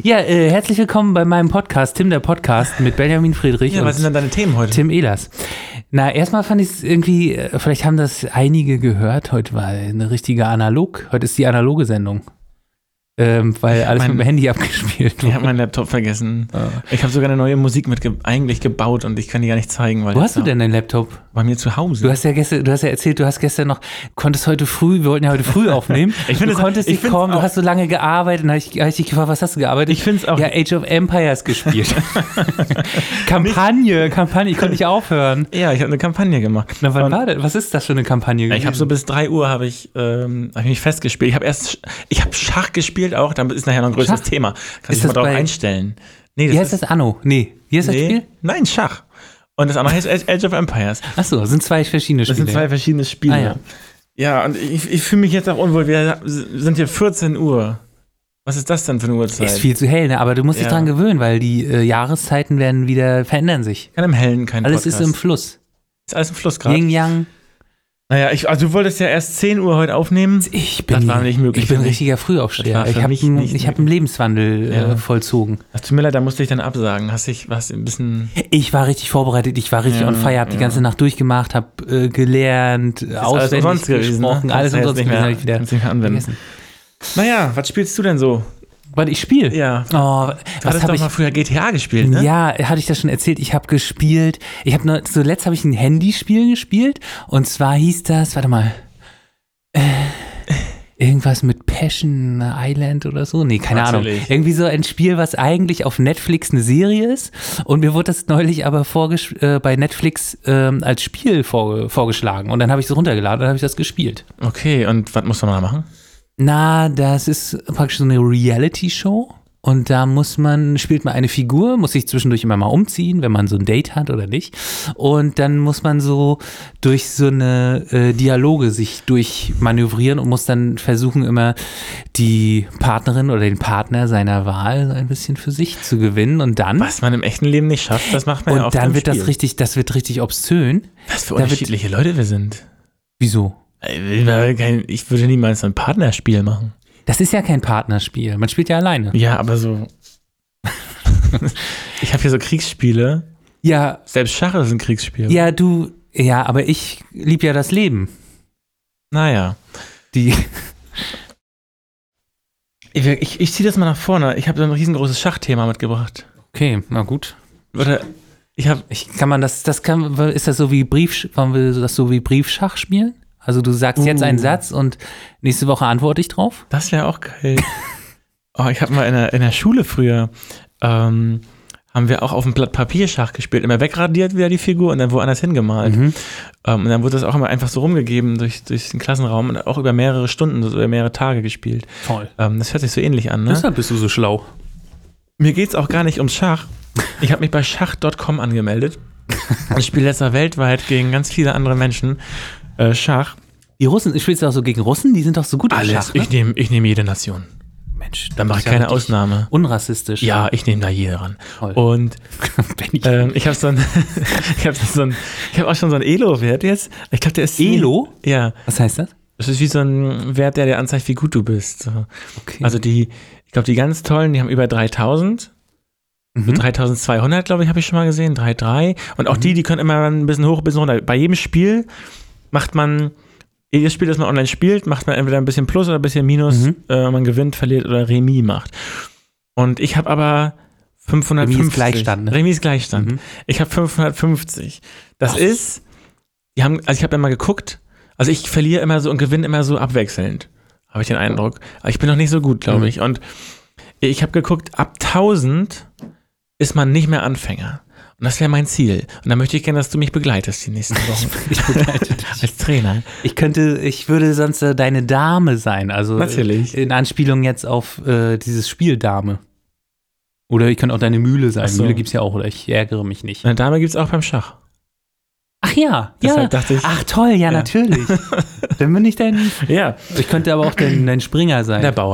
Ja, herzlich willkommen bei meinem Podcast, Tim der Podcast mit Benjamin Friedrich und was sind denn deine Themen heute? Tim Ehlers. Na, erstmal fand ich es irgendwie, vielleicht haben das einige gehört, heute war eine richtige heute ist die analoge Sendung. Weil alles mit dem Handy abgespielt wurde. Ich habe meinen Laptop vergessen. Ich habe sogar eine neue Musik eigentlich gebaut und ich kann die gar nicht zeigen. Weil Wo hast du denn deinen Laptop? Bei mir zu Hause. Du hast ja erzählt, du hast gestern noch, wir wollten ja heute früh aufnehmen. Du konntest nicht kommen, du hast so lange gearbeitet und hab ich dich gefragt, was hast du gearbeitet? Ich finde es auch. Ja, Age of Empires gespielt. Kampagne, ich konnte nicht aufhören. Ja, ich habe eine Kampagne gemacht. Na, wann war das? Was ist das für eine Kampagne gewesen? Ich habe so bis 3 Uhr habe ich mich festgespielt. Ich habe Schach gespielt auch, dann ist nachher noch ein größeres Thema. Kannst du mal drauf einstellen. Nee, wie heißt das Anno? Nee. Wie heißt das Spiel? Nein, Schach. Und das andere heißt Age of Empires. Achso, sind zwei verschiedene Spiele. Das sind zwei verschiedene Spiele. Ah, ja. Ja, und ich fühle mich jetzt auch unwohl. Wir sind hier 14 Uhr. Was ist das denn für eine Uhrzeit? Ist viel zu hell, ne? Aber du musst dich dran gewöhnen, weil die Jahreszeiten verändern sich. Kann im Hellen kein Alles Podcast. ist im Fluss. Ist alles im Fluss gerade? Yin Yang. Naja, also du wolltest ja erst 10 Uhr heute aufnehmen. Das war nicht möglich. Ich bin ein richtiger Frühaufsteher. Ich habe einen Lebenswandel vollzogen. Ach, tut mir leid, da musste ich dann absagen. Warst ein bisschen. Ich war richtig vorbereitet, ich war richtig on fire, habe die ganze Nacht durchgemacht, habe gelernt, auswendig gesprochen, alles umsonst gewesen, habe ich wieder vergessen. Naja, was spielst du denn so? Was ich spiele? Ja. Oh, du hattest doch mal früher GTA gespielt, ne? Ja, hatte ich das schon erzählt. Ich habe gespielt. Zuletzt habe ich ein Handyspiel gespielt. Und zwar hieß das, warte mal, irgendwas mit Passion Island oder so. Nee, keine Ahnung. Irgendwie so ein Spiel, was eigentlich auf Netflix eine Serie ist. Und mir wurde das neulich aber bei Netflix als Spiel vorgeschlagen. Und dann habe ich es runtergeladen und habe ich das gespielt. Okay, und was muss man da machen? Na, das ist praktisch so eine Reality-Show und da spielt man eine Figur, muss sich zwischendurch immer mal umziehen, wenn man so ein Date hat oder nicht, und dann muss man so durch so eine Dialoge sich durchmanövrieren und muss dann versuchen, immer die Partnerin oder den Partner seiner Wahl ein bisschen für sich zu gewinnen und dann... Was man im echten Leben nicht schafft, das macht man ja oft im Spiel. Und dann das wird richtig obszön. Was für unterschiedliche Leute wir sind. Wieso? Ich würde niemals ein Partnerspiel machen. Das ist ja kein Partnerspiel. Man spielt ja alleine. Ja, aber so. Ich habe hier so Kriegsspiele. Ja. Selbst Schach ist ein Kriegsspiel. Ja, aber ich liebe ja das Leben. Naja. Ich ziehe das mal nach vorne. Ich habe so ein riesengroßes Schachthema mitgebracht. Okay, na gut. Oder ist das so wie wollen wir das so wie Briefschach spielen? Also du sagst jetzt einen Satz und nächste Woche antworte ich drauf? Das wäre auch geil. Ich habe mal in der Schule früher, haben wir auch auf dem Blatt Papier Schach gespielt. Immer wegradiert wieder die Figur und dann woanders hingemalt. Und dann wurde das auch immer einfach so rumgegeben durch den Klassenraum und auch über mehrere Stunden, über mehrere Tage gespielt. Toll. Das hört sich so ähnlich an, ne? Deshalb bist du so schlau. Mir geht's auch gar nicht ums Schach. Ich habe mich bei Schach.com angemeldet. Ich spiele jetzt weltweit gegen ganz viele andere Menschen Schach. Die Russen, spielst du auch so gegen Russen? Die sind doch so gut im Schach, ne? Ich nehme jede Nation. Mensch, da mache ich keine Ausnahme. Unrassistisch. Ja, ich nehme da jede ran. Toll. Und ich habe auch schon so einen Elo-Wert jetzt. Ich glaube, der ist Elo? Ja. Was heißt das? Das ist wie so ein Wert, der dir anzeigt, wie gut du bist. So. Okay. Also ich glaube, die ganz tollen, die haben über 3000. 3200, glaube ich, habe ich schon mal gesehen. 3,3. Und auch die können immer ein bisschen hoch, ein bisschen runter. Bei jedem Spiel jedes Spiel, das man online spielt, macht man entweder ein bisschen Plus oder ein bisschen Minus, man gewinnt, verliert oder Remis macht. Und ich habe aber 550. Remis Gleichstand. Ne? Remis Gleichstand. Ich habe 550. Das ist, ich habe immer geguckt, also ich verliere immer so und gewinne immer so abwechselnd, habe ich den Eindruck. Aber ich bin noch nicht so gut, glaube ich. Und ich habe geguckt, ab 1000 ist man nicht mehr Anfänger. Und das wäre mein Ziel. Und da möchte ich gerne, dass du mich begleitest die nächsten Wochen. Ich begleite dich. Als Trainer. Ich würde sonst deine Dame sein. Also natürlich. In Anspielung jetzt auf dieses Spiel Dame. Oder ich könnte auch deine Mühle sein. So. Mühle gibt es ja auch, oder ich ärgere mich nicht. Eine Dame gibt es auch beim Schach. Ach ja, deshalb dachte ich. Ach toll, ja. Natürlich. Dann bin ich ich könnte aber auch dein Springer sein. Der Bauer.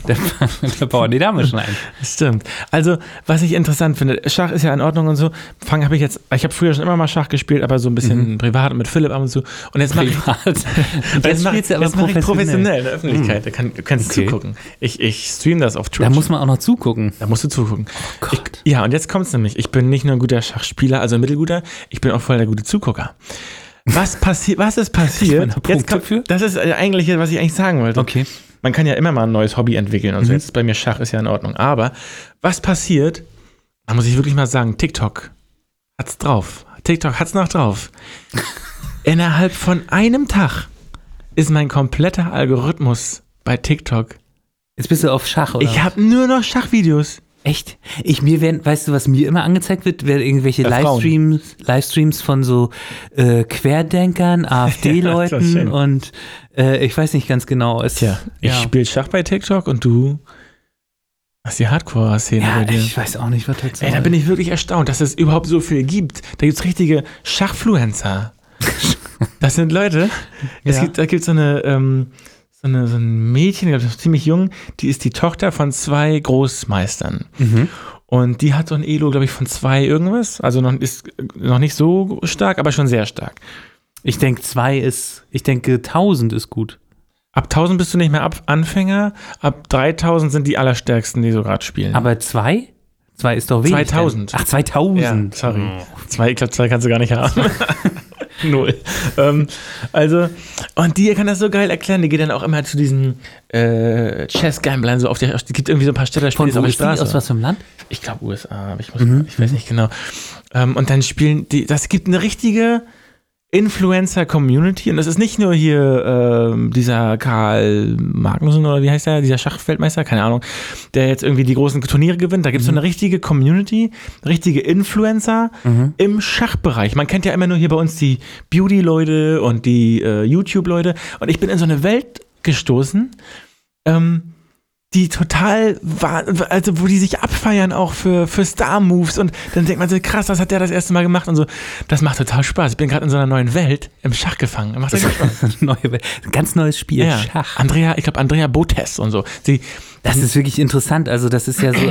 Da bauen die Dame schon ein. Stimmt. Also, was ich interessant finde, Schach ist ja in Ordnung und so. Ich habe früher schon immer mal Schach gespielt, aber so ein bisschen privat und mit Philipp ab und so. Und jetzt mache ich professionell in der Öffentlichkeit. Du kannst zugucken. Ich stream das auf Twitch. Da muss man auch noch zugucken. Da musst du zugucken. Oh Gott. Und jetzt kommt's nämlich. Ich bin nicht nur ein guter Schachspieler, also ein mittelguter, ich bin auch voll der gute Zugucker. Was ist passiert? Jetzt kommt, das ist eigentlich, was ich eigentlich sagen wollte. Okay. Man kann ja immer mal ein neues Hobby entwickeln und so. Jetzt bei mir Schach ist ja in Ordnung. Aber was passiert, da muss ich wirklich mal sagen, TikTok hat's drauf. TikTok hat's noch drauf. Innerhalb von einem Tag ist mein kompletter Algorithmus bei TikTok. Jetzt bist du auf Schach, oder? Ich habe nur noch Schachvideos. Echt? Weißt du, was mir immer angezeigt wird? Werden irgendwelche Livestreams von so Querdenkern, AfD-Leuten und ich weiß nicht ganz genau. Ich spiele Schach bei TikTok und du hast die Hardcore-Szene bei dir. Ich weiß auch nicht, was das ist. Da bin ich wirklich erstaunt, dass es überhaupt so viel gibt. Da gibt es richtige Schachfluencer. Das sind Leute, da gibt es so ein Mädchen, ich glaube, ziemlich jung, die ist die Tochter von 2 Großmeistern. Und die hat so ein Elo, glaube ich, von 2 irgendwas. Also ist noch nicht so stark, aber schon sehr stark. Ich denke 1000 ist gut. Ab 1000 bist du nicht mehr Anfänger, ab 3000 sind die allerstärksten, die so gerade spielen. Aber 2? 2 ist doch wenig. 2000. Ach, 2000. Ja, sorry. 2, ich glaube, 2 kannst du gar nicht haben. 0. Und die kann das so geil erklären. Die geht dann auch immer zu diesen Chess-Gamblern so es gibt irgendwie so ein paar Städte, von wo ist die? Aus was für einem Land? Ich glaube USA, aber ich weiß nicht genau. Und dann spielen die, das gibt eine richtige Influencer-Community und das ist nicht nur hier dieser Karl Magnussen oder wie heißt der, dieser Schachweltmeister, keine Ahnung, der jetzt irgendwie die großen Turniere gewinnt. Da gibt es so eine richtige Community, richtige Influencer im Schachbereich. Man kennt ja immer nur hier bei uns die Beauty-Leute und die YouTube-Leute und ich bin in so eine Welt gestoßen, die total, also wo die sich abfeiern auch für Star-Moves und dann denkt man so, krass, was hat der das erste Mal gemacht und so. Das macht total Spaß. Ich bin gerade in so einer neuen Welt im Schach gefangen. Macht das Spaß. Ganz neues Spiel, ja. Schach. Andrea Botes und so. Das ist wirklich interessant. Also das ist ja so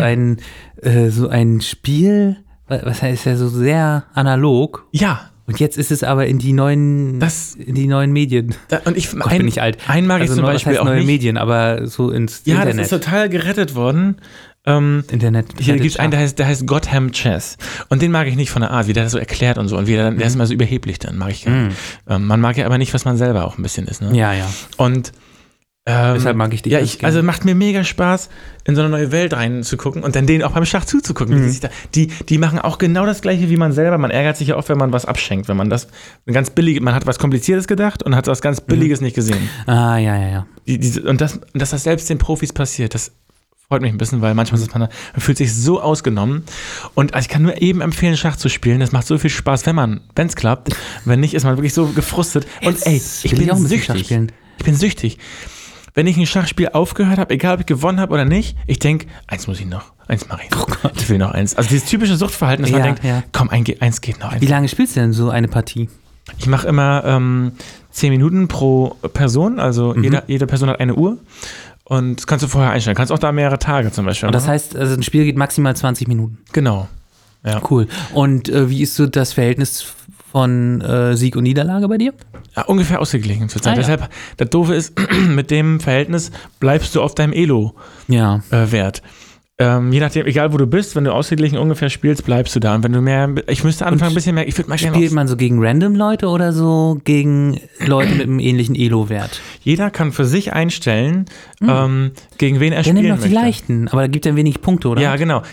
ein Spiel, was heißt ja so sehr analog. Ja. Und jetzt ist es aber in die neuen Medien. Und bin ich alt. Einen mag ich zum Beispiel auch neue nicht. Medien, aber so ins Internet. Ja, das ist total gerettet worden. Internet. Hier gibt es einen, der heißt Gotham Chess. Und den mag ich nicht von der Art, wie der das so erklärt und so. Und der ist immer so überheblich dann, mag ich gar nicht. Man mag ja aber nicht, was man selber auch ein bisschen ist. Ne? Ja. Und deshalb mag ich dich. Also macht mir mega Spaß, in so eine neue Welt reinzugucken und dann denen auch beim Schach zuzugucken. Die machen auch genau das Gleiche wie man selber. Man ärgert sich ja oft, wenn man was abschenkt, wenn man das ganz billig, man hat was Kompliziertes gedacht und hat was ganz Billiges nicht gesehen. Ah, ja. Und dass das selbst den Profis passiert, das freut mich ein bisschen, weil manchmal man fühlt sich so ausgenommen. Und ich kann nur eben empfehlen, Schach zu spielen. Das macht so viel Spaß, wenn es klappt. Wenn nicht, ist man wirklich so gefrustet. Und ich bin süchtig. Ich bin süchtig. Wenn ich ein Schachspiel aufgehört habe, egal ob ich gewonnen habe oder nicht, ich denke, eins muss ich noch, eins mache ich noch. Oh Gott. Ich will noch eins. Also dieses typische Suchtverhalten, dass man denkt, komm, eins geht noch. Wie lange spielst du denn so eine Partie? Ich mache immer 10 Minuten pro Person, also jede Person hat eine Uhr. Und das kannst du vorher einstellen. Kannst auch da mehrere Tage zum Beispiel. Und das heißt, also ein Spiel geht maximal 20 Minuten? Genau. Ja. Cool. Und wie ist so das Verhältnis von Sieg und Niederlage bei dir? Ja, ungefähr ausgeglichen zurzeit. Deshalb, das Doofe ist, mit dem Verhältnis bleibst du auf deinem Elo-Wert. Je nachdem, egal wo du bist, wenn du ausgeglichen ungefähr spielst, bleibst du da. Und wenn du ich müsste anfangen, ein bisschen mehr, spielt man so gegen random Leute oder so gegen Leute mit einem ähnlichen Elo-Wert? Jeder kann für sich einstellen, gegen wen er spielen möchte. Nimm doch die leichten, aber da gibt er wenig Punkte, oder? Ja, genau.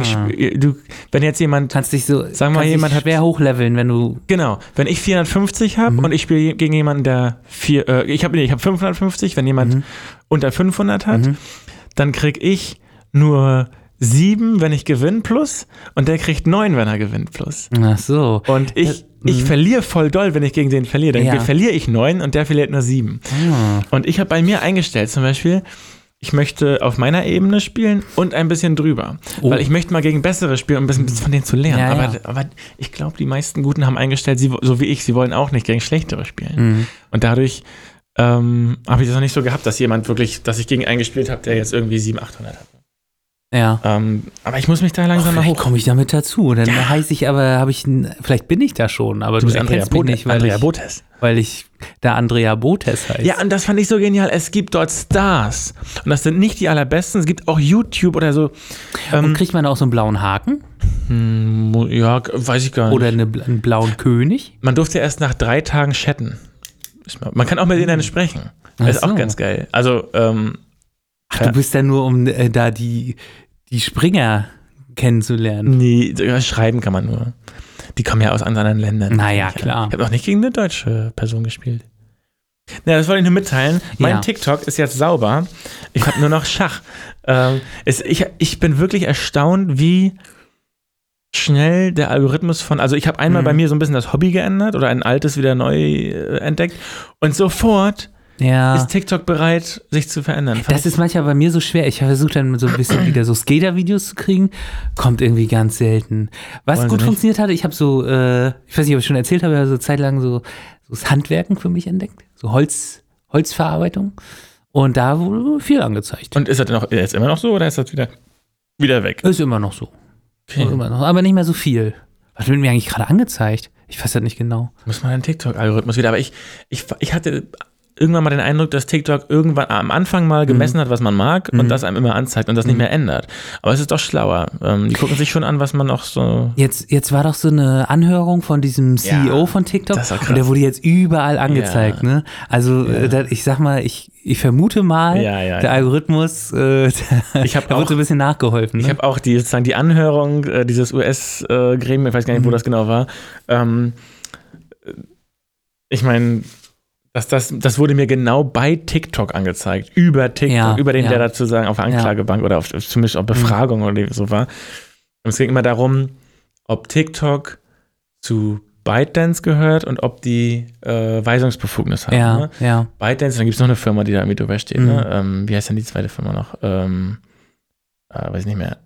Wenn jetzt jemand, kannst dich so, sagen wir mal, jemand hat schwer hochleveln, wenn du. Genau. Wenn ich 450 habe und ich spiele gegen jemanden, der ich habe 550, wenn jemand unter 500 hat, dann krieg ich nur 7, wenn ich gewinne plus und der kriegt 9, wenn er gewinnt plus. Ach so. Und ich verliere voll doll, wenn ich gegen den verliere. Dann verliere ich 9 und der verliert nur 7. Und ich habe bei mir eingestellt zum Beispiel, ich möchte auf meiner Ebene spielen und ein bisschen drüber. Weil ich möchte mal gegen bessere spielen, um ein bisschen von denen zu lernen. Aber ich glaube, die meisten Guten haben eingestellt, so wie ich, sie wollen auch nicht gegen schlechtere spielen. Und dadurch habe ich das noch nicht so gehabt, dass ich gegen einen gespielt habe, der jetzt irgendwie 700, 800 hat. Ja. Aber ich muss mich da langsam mal hoch. Komme ich damit dazu? Dann heiße ich aber, vielleicht bin ich da schon, aber du bist erkennst mich nicht, weil ich da Andrea Botes heiße. Ja, und das fand ich so genial. Es gibt dort Stars. Und das sind nicht die allerbesten. Es gibt auch YouTube oder so. Und kriegt man auch so einen blauen Haken? Ja, weiß ich gar nicht. Oder einen blauen König? Man durfte erst nach 3 Tagen chatten. Man kann auch mit denen sprechen. Das ist auch ganz geil. Also, du bist da nur, um da die Springer kennenzulernen. Nee, schreiben kann man nur. Die kommen ja aus anderen Ländern. Naja, klar. Ich habe noch nicht gegen eine deutsche Person gespielt. Ja, das wollte ich nur mitteilen. Mein TikTok ist jetzt sauber. Ich habe nur noch Schach. Ich bin wirklich erstaunt, wie schnell der Algorithmus also ich habe einmal bei mir so ein bisschen das Hobby geändert oder ein altes wieder neu entdeckt und sofort ist TikTok bereit, sich zu verändern. Das ist manchmal bei mir so schwer. Ich versuche dann so ein bisschen wieder so Skater-Videos zu kriegen. Kommt irgendwie ganz selten. Was gut funktioniert hatte, ich habe so, ich weiß nicht, ob ich schon erzählt habe, aber so zeitlang so das Handwerken für mich entdeckt. So Holzverarbeitung. Und da wurde viel angezeigt. Und ist das jetzt immer noch so oder ist das wieder weg? Ist immer noch so. Okay. Immer noch, aber nicht mehr so viel. Was wird mir eigentlich gerade angezeigt? Ich weiß das nicht genau. Muss man einen TikTok-Algorithmus wieder. Aber ich hatte irgendwann mal den Eindruck, dass TikTok irgendwann am Anfang mal gemessen hat, was man mag und das einem immer anzeigt und das nicht mehr ändert. Aber es ist doch schlauer. Die gucken sich schon an, was man auch so... Jetzt war doch so eine Anhörung von diesem CEO von TikTok und der wurde jetzt überall angezeigt. Ne? Also ich sag mal, ich vermute mal, der Algorithmus, da wird so ein bisschen nachgeholfen. Ne? Ich habe auch die Anhörung dieses US-Gremium, ich weiß gar nicht, wo das genau war. Ich meine... Das wurde mir genau bei TikTok angezeigt, über TikTok, über den, der dazu sagen, auf der Anklagebank oder zumindest auf Befragung oder so war. Und es ging immer darum, ob TikTok zu ByteDance gehört und ob die Weisungsbefugnis haben. Ne? ByteDance, dann gibt es noch eine Firma, die da irgendwie drüber steht. Ne? Wie heißt denn die zweite Firma noch? Weiß ich nicht mehr.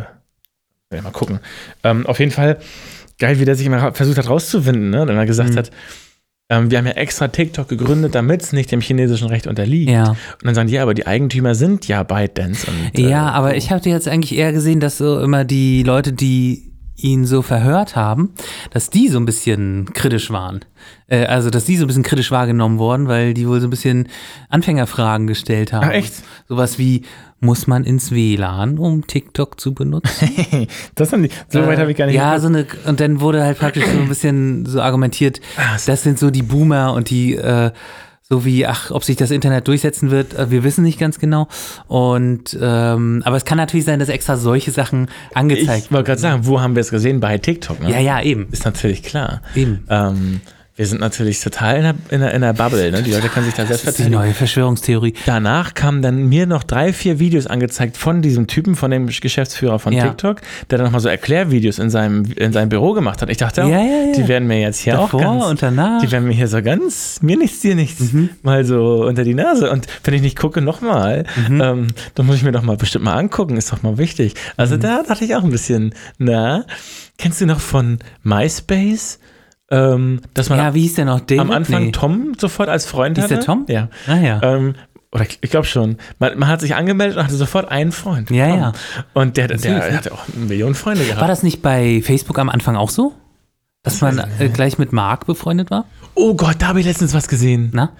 Mal gucken. Auf jeden Fall geil, wie der sich immer versucht hat rauszuwinden, ne? Wenn er gesagt hat, wir haben ja extra TikTok gegründet, damit es nicht dem chinesischen Recht unterliegt. Und dann sagen die, aber die Eigentümer sind ja ByteDance. Aber ich habe jetzt eigentlich eher gesehen, dass so immer die Leute, die ihn so verhört haben, dass die so ein bisschen kritisch waren. Also, dass die so ein bisschen kritisch wahrgenommen wurden, weil die wohl so ein bisschen Anfängerfragen gestellt haben. Ach, echt? Sowas wie, muss man ins WLAN, um TikTok zu benutzen? Das haben die, so weit habe ich gar nicht geguckt. Und dann wurde halt praktisch so ein bisschen so argumentiert, das sind so die Boomer und die so wie, ob sich das Internet durchsetzen wird, wir wissen nicht ganz genau. Und aber es kann natürlich sein, dass extra solche Sachen angezeigt werden. Ich wollte gerade sagen, wo haben wir es gesehen? Bei TikTok, ne? Ja, eben. Ist natürlich klar. Eben. Wir sind natürlich total in der Bubble, ne? Die Leute können sich da selbst verteidigen. Das ist die neue Verschwörungstheorie. Danach kamen dann mir noch 3, 4 Videos angezeigt von diesem Typen, von dem Geschäftsführer von TikTok, der dann nochmal so Erklärvideos in seinem Büro gemacht hat. Ich dachte auch, die werden mir jetzt hier davor auch ganz... und danach. Die werden mir hier so ganz, mir nichts, dir nichts, mal so unter die Nase. Und wenn ich nicht gucke, nochmal, dann muss ich mir doch mal bestimmt mal angucken, ist doch mal wichtig. Also da dachte ich auch ein bisschen, kennst du noch von MySpace? Dass man wie hieß der noch? David? Am Anfang Tom sofort als Freund hatte. Hieß der Tom? Ja. Oder ich glaube schon. Man hat sich angemeldet und hatte sofort einen Freund. Ja. Und der hatte auch 1 Million Freunde gehabt. War das nicht bei Facebook am Anfang auch so? Dass man gleich mit Mark befreundet war? Oh Gott, da habe ich letztens was gesehen. Na?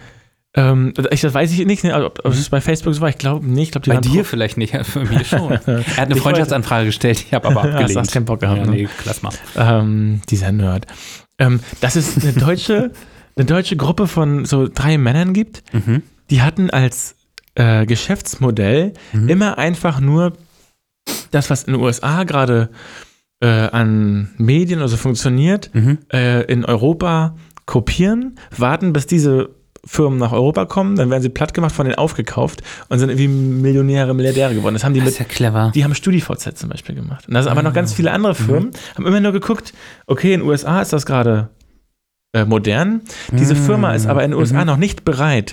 Das weiß ich nicht, ob es bei Facebook so war. Ich glaube nicht. Ich glaub, bei dir vielleicht nicht, für mich schon. Er hat eine Freundschaftsanfrage gestellt, ich habe aber abgelehnt. Hast keinen Bock gehabt. Lass mal. Dieser Nerd. Dass es eine deutsche Gruppe von so 3 Männern gibt, die hatten als Geschäftsmodell immer einfach nur das, was in den USA gerade an Medien oder so funktioniert, in Europa kopieren, warten, bis diese Firmen nach Europa kommen, dann werden sie platt gemacht, von denen aufgekauft und sind irgendwie Millionäre, Milliardäre geworden. Das ist ja clever. Die haben StudiVZ zum Beispiel gemacht. Und da sind aber noch ganz viele andere Firmen, haben immer nur geguckt, okay, in den USA ist das gerade modern. Diese Firma ist aber in den USA noch nicht bereit,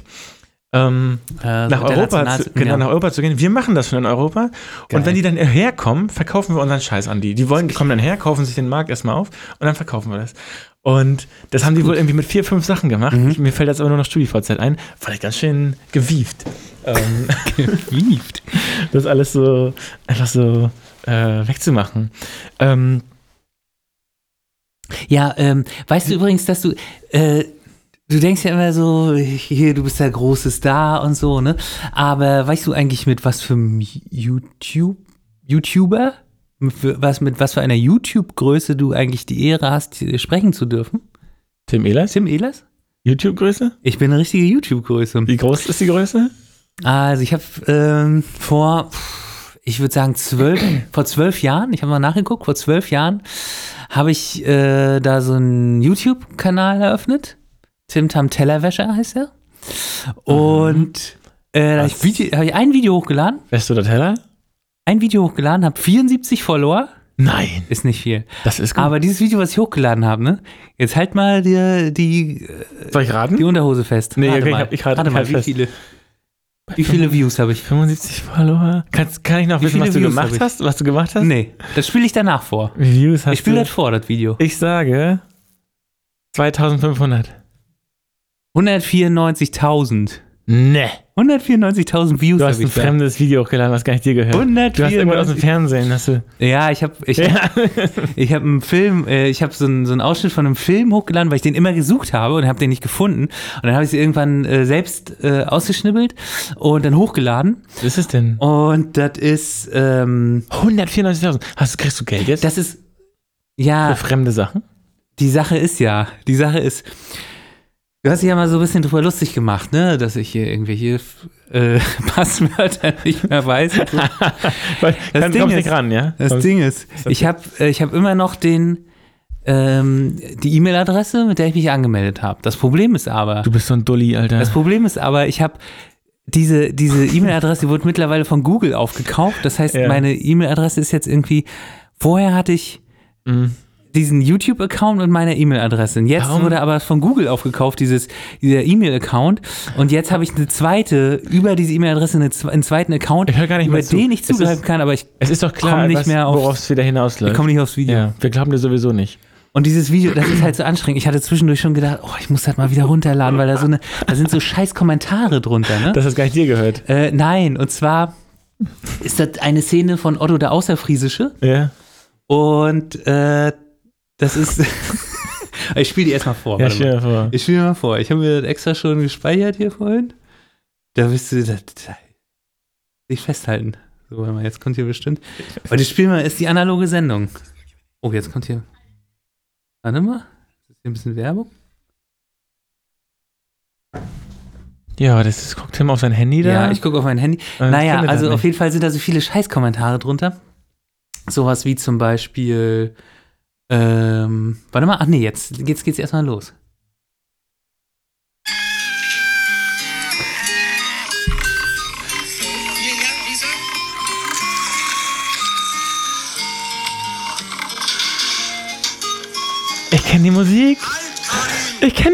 nach Europa zu gehen. Wir machen das schon in Europa. Geil. Und wenn die dann herkommen, verkaufen wir unseren Scheiß an die. Die kommen dann her, kaufen sich den Markt erstmal auf und dann verkaufen wir das. Und das haben die wohl irgendwie mit 4, 5 Sachen gemacht. Mir fällt jetzt aber nur noch StudiVZ ein. Fand ich ganz schön gewieft. Gewieft? Das alles so, einfach so wegzumachen. Weißt du übrigens, dass du denkst ja immer so, hier, du bist der große Star und so, ne? Aber weißt du eigentlich mit was für einem YouTuber? Mit was für einer YouTube-Größe du eigentlich die Ehre hast, sprechen zu dürfen? Tim Ehlers? Tim Ehlers? YouTube-Größe? Ich bin eine richtige YouTube-Größe. Wie groß ist die Größe? Also ich habe ich würde sagen vor 12 Jahren, ich habe mal nachgeguckt, vor 12 Jahren habe ich da so einen YouTube-Kanal eröffnet. Tim Tam Tellerwäscher heißt er. Und da habe ich ein Video hochgeladen. Wärst du der Teller? Ein Video hochgeladen, habe 74 Follower. Nein. Ist nicht viel. Das ist gut. Aber dieses Video, was ich hochgeladen habe, ne? Jetzt halt mal die Soll ich raten? Die Unterhose fest. Nee, Warte ich rate mal, wie viele Views habe ich? 75 Follower. Kann ich noch wissen, was du gemacht hast? Was du gemacht hast? Nee, das spiele ich danach vor. Wie Views hast du? Ich spiele das vor, das Video. Ich sage 2500. 194.000. Ne. 194.000 Views. Du hast ein fremdes Video hochgeladen, was gar nicht dir gehört. 194. Du hast irgendwas aus dem Fernsehen. Ja, ich hab einen Film, ich habe so einen Ausschnitt von einem Film hochgeladen, weil ich den immer gesucht habe und habe den nicht gefunden. Und dann habe ich sie irgendwann selbst ausgeschnibbelt und dann hochgeladen. Was ist es denn? Und das ist 194.000. Kriegst du Geld jetzt? Das ist ja für fremde Sachen? Die Sache ist, du hast dich ja mal so ein bisschen drüber lustig gemacht, ne, dass ich hier irgendwelche Passwörter nicht mehr weiß. So. Das Ding ist, ich hab immer noch die E-Mail-Adresse, mit der ich mich angemeldet habe. Das Problem ist aber... Du bist so ein Dulli, Alter. Das Problem ist aber, ich habe diese E-Mail-Adresse, die wurde mittlerweile von Google aufgekauft. Das heißt, meine E-Mail-Adresse ist jetzt irgendwie... Vorher hatte ich... diesen YouTube-Account und meine E-Mail-Adresse. Und jetzt wurde aber von Google aufgekauft, dieser E-Mail-Account. Und jetzt habe ich eine zweite, über diese E-Mail-Adresse einen zweiten Account, ich höre gar nicht über mehr zu. den ich zugreifen kann, aber es ist doch klar, worauf es wieder hinausläuft. Ich komme nicht aufs Video. Ja, wir glauben dir sowieso nicht. Und dieses Video, das ist halt so anstrengend. Ich hatte zwischendurch schon gedacht, ich muss das mal wieder runterladen, weil da sind so scheiß Kommentare drunter, ne? Dass das gar nicht dir gehört. Nein, und zwar ist das eine Szene von Otto der Außerfriesische. Ja. Und das ist. Ich spiele die erstmal vor. Ja, stell dir vor. Ich spiele mal vor. Ich habe mir das extra schon gespeichert hier vorhin. Da wirst du dich festhalten. So, warte mal, jetzt kommt hier bestimmt. Aber das Spiel mal ist die analoge Sendung. Oh, jetzt kommt hier. Warte mal. Ist hier ein bisschen Werbung? Ja, guckt Tim auf sein Handy da. Ja, ich gucke auf mein Handy. Naja, also auf jeden Fall sind da so viele Scheißkommentare drunter. Sowas wie zum Beispiel. Warte mal, jetzt geht's erstmal los. Ich kenne die Musik. Um Himmels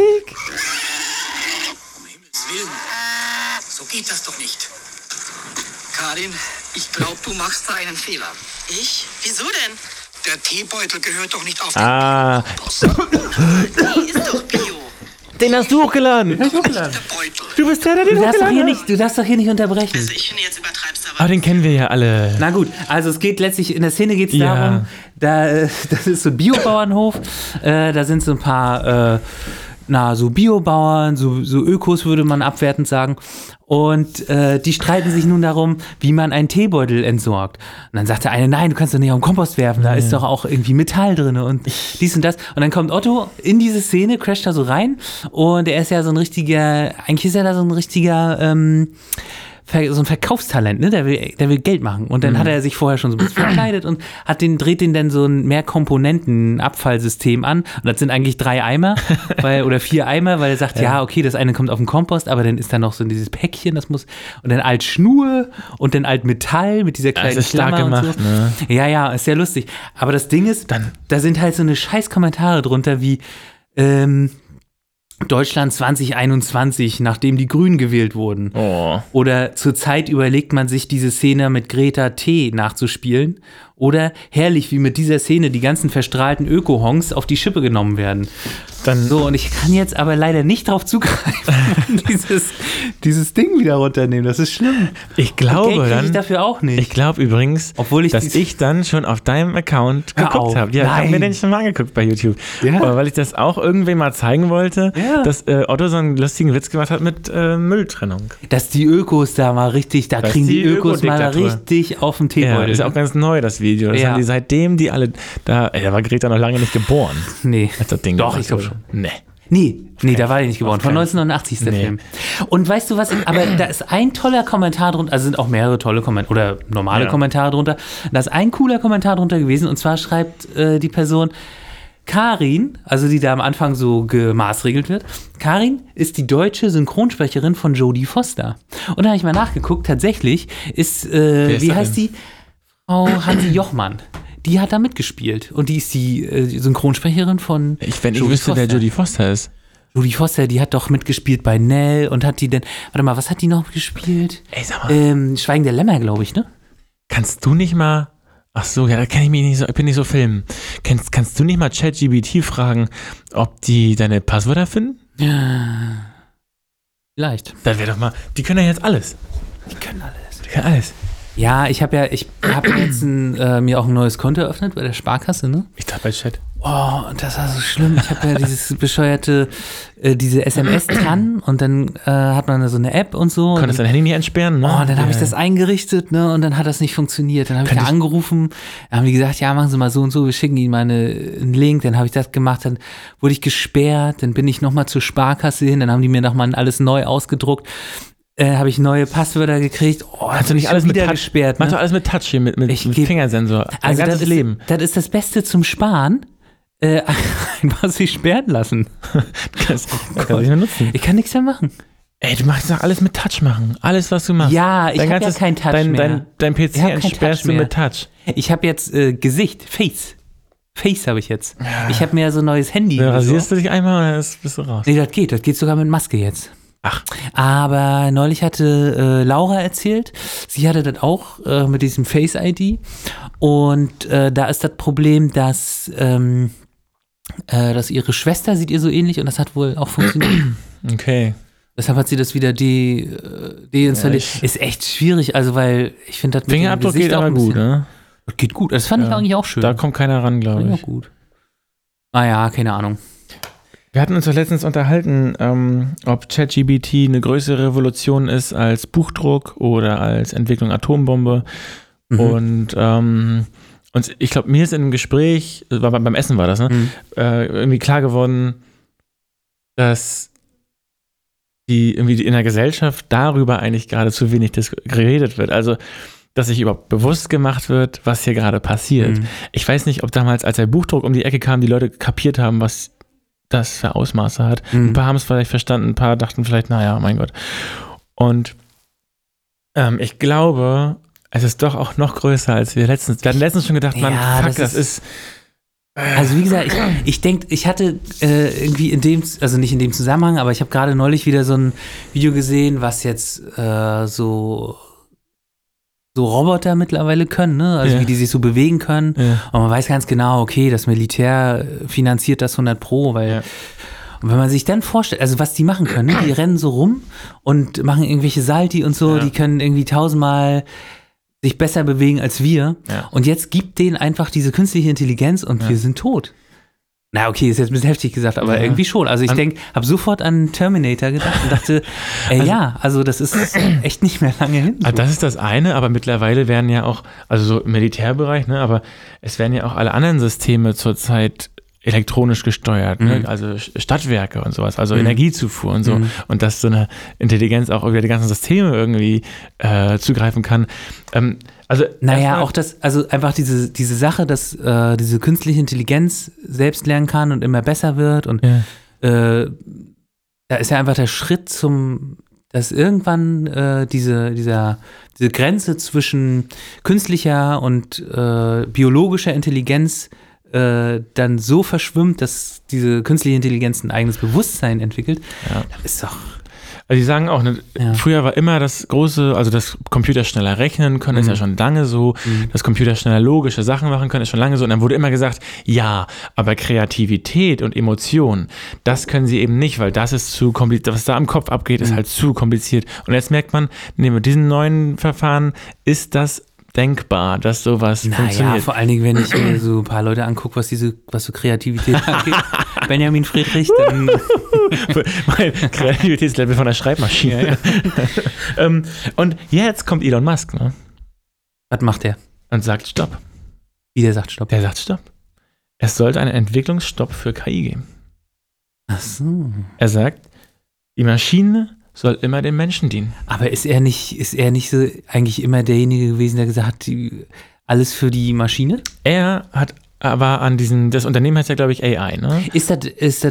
Willen. So geht das doch nicht. Karin, ich glaube, du machst da einen Fehler. Ich? Wieso denn? Der Teebeutel gehört doch nicht auf den Kompost. Nee, ist doch Bio. Den hast du hochgeladen. Der Beutel. Du bist der den hochgeladen hat. Du darfst doch hier nicht unterbrechen. Also ich finde, jetzt übertreibst du aber. Aber den kennen wir ja alle. Na gut, also es geht letztlich, in der Szene geht es darum, das ist so ein Biobauernhof, da sind so ein paar, so Biobauern, so Ökos würde man abwertend sagen. Und die streiten sich nun darum, wie man einen Teebeutel entsorgt. Und dann sagt der eine, nein, du kannst doch nicht auf den Kompost werfen, da ist doch auch irgendwie Metall drin und dies und das. Und dann kommt Otto in diese Szene, crasht da so rein und er ist ja so ein richtiger, eigentlich ist er da so ein richtiger, so ein Verkaufstalent, ne? Der will Geld machen. Und dann hat er sich vorher schon so ein bisschen verkleidet und dreht den dann so ein Mehrkomponenten-Abfallsystem an. Und das sind eigentlich 3 Eimer oder 4 Eimer, weil er sagt, ja, okay, das eine kommt auf den Kompost, aber dann ist da noch so dieses Päckchen, das muss, und dann alt Schnur und dann alt Metall mit dieser kleinen das ist stark Klammer gemacht, und so. ne? Ja, ist sehr lustig. Aber das Ding ist, da sind halt so eine scheiß Kommentare drunter wie, Deutschland 2021, nachdem die Grünen gewählt wurden. Oh. Oder zurzeit überlegt man sich, diese Szene mit Greta T. nachzuspielen. Oder herrlich, wie mit dieser Szene die ganzen verstrahlten Öko-Honks auf die Schippe genommen werden. Dann So, und ich kann jetzt aber leider nicht drauf zugreifen und dieses Ding wieder runternehmen. Das ist schlimm. ich glaube Geld krieg ich dann, dafür auch nicht. ich glaube übrigens, Obwohl ich dass dies- ich dann schon auf deinem Account Hör geguckt auf. habe. Ja, ich habe mir Nein. den schon mal angeguckt bei YouTube. Ja. Aber weil ich das auch irgendwem mal zeigen wollte, Ja. dass Otto so einen lustigen Witz gemacht hat mit Mülltrennung. Dass die Ökos da mal richtig, da Das kriegen ist die die Ökos mal Ökodiktatur. richtig auf den Ja, Teebeutel. ist auch ganz neu, das Video. Das Ja. haben die seitdem, die alle da war Greta noch lange nicht geboren, Nee. als das Ding Doch, gemacht ich glaube wurde. schon. Nee. Nee, da war ich nicht geboren. Von keinen 1989 ist der Nee. Film. Und weißt du was, aber da ist ein toller Kommentar drunter, also sind auch mehrere tolle Kommentare oder normale Ja. Kommentare drunter. Da ist ein cooler Kommentar drunter gewesen und zwar schreibt die Person, Karin, also die da am Anfang so gemaßregelt wird, Karin ist die deutsche Synchronsprecherin von Jodie Foster. Und da habe ich mal nachgeguckt, tatsächlich ist, ist wie das heißt die? Frau Hansi Jochmann. Die hat da mitgespielt und die ist die Synchronsprecherin von Wenn ich wüsste, wer Jodie Foster ist. Jodie Foster, die hat doch mitgespielt bei Nell und hat die denn, warte mal, was hat die noch gespielt? Ey, sag mal, Schweigen der Lämmer, glaube ich, ne? kannst du nicht mal, ach so, ja, da kenne ich mich nicht so, ich bin nicht so Film. Kannst du nicht mal ChatGPT fragen, ob die deine Passwörter finden? Vielleicht. Das wäre doch mal, die können ja jetzt alles. Die können alles. Die können alles. Ja, ich habe jetzt mir auch ein neues Konto eröffnet bei der Sparkasse, ne? Ich dachte bei Chat. Oh, und das war so schlimm. Ich habe ja dieses bescheuerte, diese SMS-TAN und dann hat man da so eine App und so. Konntest dein Handy nicht entsperren, ne? Oh, und dann habe ich Ja. das eingerichtet, ne, und dann hat das nicht funktioniert. Dann habe ich da Könntest- angerufen, dann haben die gesagt, ja, machen Sie mal so und so, wir schicken Ihnen mal einen Link. Dann habe ich das gemacht, dann wurde ich gesperrt, dann bin ich nochmal zur Sparkasse hin, dann haben die mir nochmal alles neu ausgedruckt. Habe ich neue Passwörter gekriegt. Oh, Machst du nicht alles mit wieder Touch? gesperrt, Machst du ne? alles mit Touch hier, mit Ich mit geb- Fingersensor. Dein Also ganzes Leben. Das ist das Beste zum Sparen. Einfach sich sperren lassen. Das kann ich mehr nutzen. Ich kann nichts mehr machen. Ey, du machst doch alles mit Touch machen. Alles, was du machst. Ja, ich Dein habe ja ganzes- kein Touch dein, mehr. Dein PC Ich hab kein entsperrst Touch du mehr. mit Touch. Ich habe jetzt Gesicht, Face. Face habe ich jetzt. Ich habe mir so ein neues Handy. Dann rasierst besorgt. du dich einmal und dann bist du raus. Nee, das geht sogar mit Maske jetzt. Ach. Aber neulich hatte Laura erzählt, sie hatte das auch mit diesem Face-ID. Und da ist das Problem, dass ihre Schwester sieht ihr so ähnlich und das hat wohl auch funktioniert. Okay. Deshalb hat sie das wieder deinstalliert. Ja, Ist echt schwierig, also weil ich finde das mit dem Fingerabdruck Gesicht geht auch aber ein gut, bisschen- ne? Das geht gut, das fand ich Ja. eigentlich auch schön. Da kommt keiner ran, Fand glaube ich ich. auch gut. Naja, keine Ahnung. Wir hatten uns doch letztens unterhalten, ob ChatGPT eine größere Revolution ist als Buchdruck oder als Entwicklung Atombombe. Mhm. Und ich glaube, mir ist in einem Gespräch, beim Essen war das, ne? Mhm. Irgendwie klar geworden, dass irgendwie in der Gesellschaft darüber eigentlich gerade zu wenig geredet wird. Also, dass sich überhaupt bewusst gemacht wird, was hier gerade passiert. Mhm. Ich weiß nicht, ob damals, als der Buchdruck um die Ecke kam, die Leute kapiert haben, was das für Ausmaße hat. Mhm. Ein paar haben es vielleicht verstanden, ein paar dachten vielleicht, naja, mein Gott. Und ich glaube, es ist doch auch noch größer, als wir hatten letztens schon gedacht, Mann, Ja, fuck, das das ist Also wie gesagt, ich denke, ich hatte irgendwie also nicht in dem Zusammenhang, aber ich habe gerade neulich wieder so ein Video gesehen, was jetzt so Roboter mittlerweile können, ne? Also Ja. wie die sich so bewegen können. Ja. Und man weiß ganz genau, okay, das Militär finanziert das 100%, weil Ja. und wenn man sich dann vorstellt, also was die machen können, ne? Die rennen so rum und machen irgendwelche Salti und so, Ja. die können irgendwie 1000-mal sich besser bewegen als wir. Ja. Und jetzt gibt denen einfach diese künstliche Intelligenz und Ja. wir sind tot. Na, okay, ist jetzt ein bisschen heftig gesagt, aber Ja. irgendwie schon. Also ich habe sofort an Terminator gedacht und dachte, also das ist echt nicht mehr lange hin. So. Also das ist das eine, aber mittlerweile werden ja auch, also so im Militärbereich, ne, aber es werden ja auch alle anderen Systeme zurzeit elektronisch gesteuert, ne? Also Stadtwerke und sowas, also Energiezufuhr und so. Und dass so eine Intelligenz auch über die ganzen Systeme irgendwie zugreifen kann. Naja, erstmal- auch das, also einfach diese Sache, dass diese künstliche Intelligenz selbst lernen kann und immer besser wird und Ja. da ist ja einfach der Schritt dass irgendwann diese Grenze zwischen künstlicher und biologischer Intelligenz dann so verschwimmt, dass diese künstliche Intelligenz ein eigenes Bewusstsein entwickelt. Ja. Das ist doch Also die sagen auch, ne, Ja. früher war immer das große, also das Computer schneller rechnen können, ist ja schon lange so, das Computer schneller logische Sachen machen können, ist schon lange so. Und dann wurde immer gesagt, ja, aber Kreativität und Emotion, das können sie eben nicht, weil das ist zu kompliziert, was da im Kopf abgeht, ist halt zu kompliziert. Und jetzt merkt man, mit diesen neuen Verfahren ist das denkbar, dass sowas Naja, funktioniert. vor allen Dingen, wenn ich mir so ein paar Leute angucke, was so Kreativität angeht. Benjamin Friedrich, dann Mein Kreativitätslevel von der Schreibmaschine. Und jetzt kommt Elon Musk, ne? was macht der? Und sagt Stopp. Wie der sagt, stopp. Der sagt Stopp. Es sollte einen Entwicklungsstopp für KI geben. Ach so. Er sagt, die Maschine soll immer dem Menschen dienen. Aber ist er nicht so eigentlich immer derjenige gewesen, der gesagt hat, alles für die Maschine? Er war an das Unternehmen heißt ja, glaube ich, AI, ne? Ist das,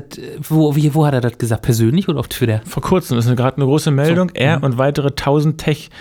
wo hat er das gesagt? Persönlich oder auf Twitter? Vor kurzem, das ist gerade eine große Meldung, So. er und weitere 1000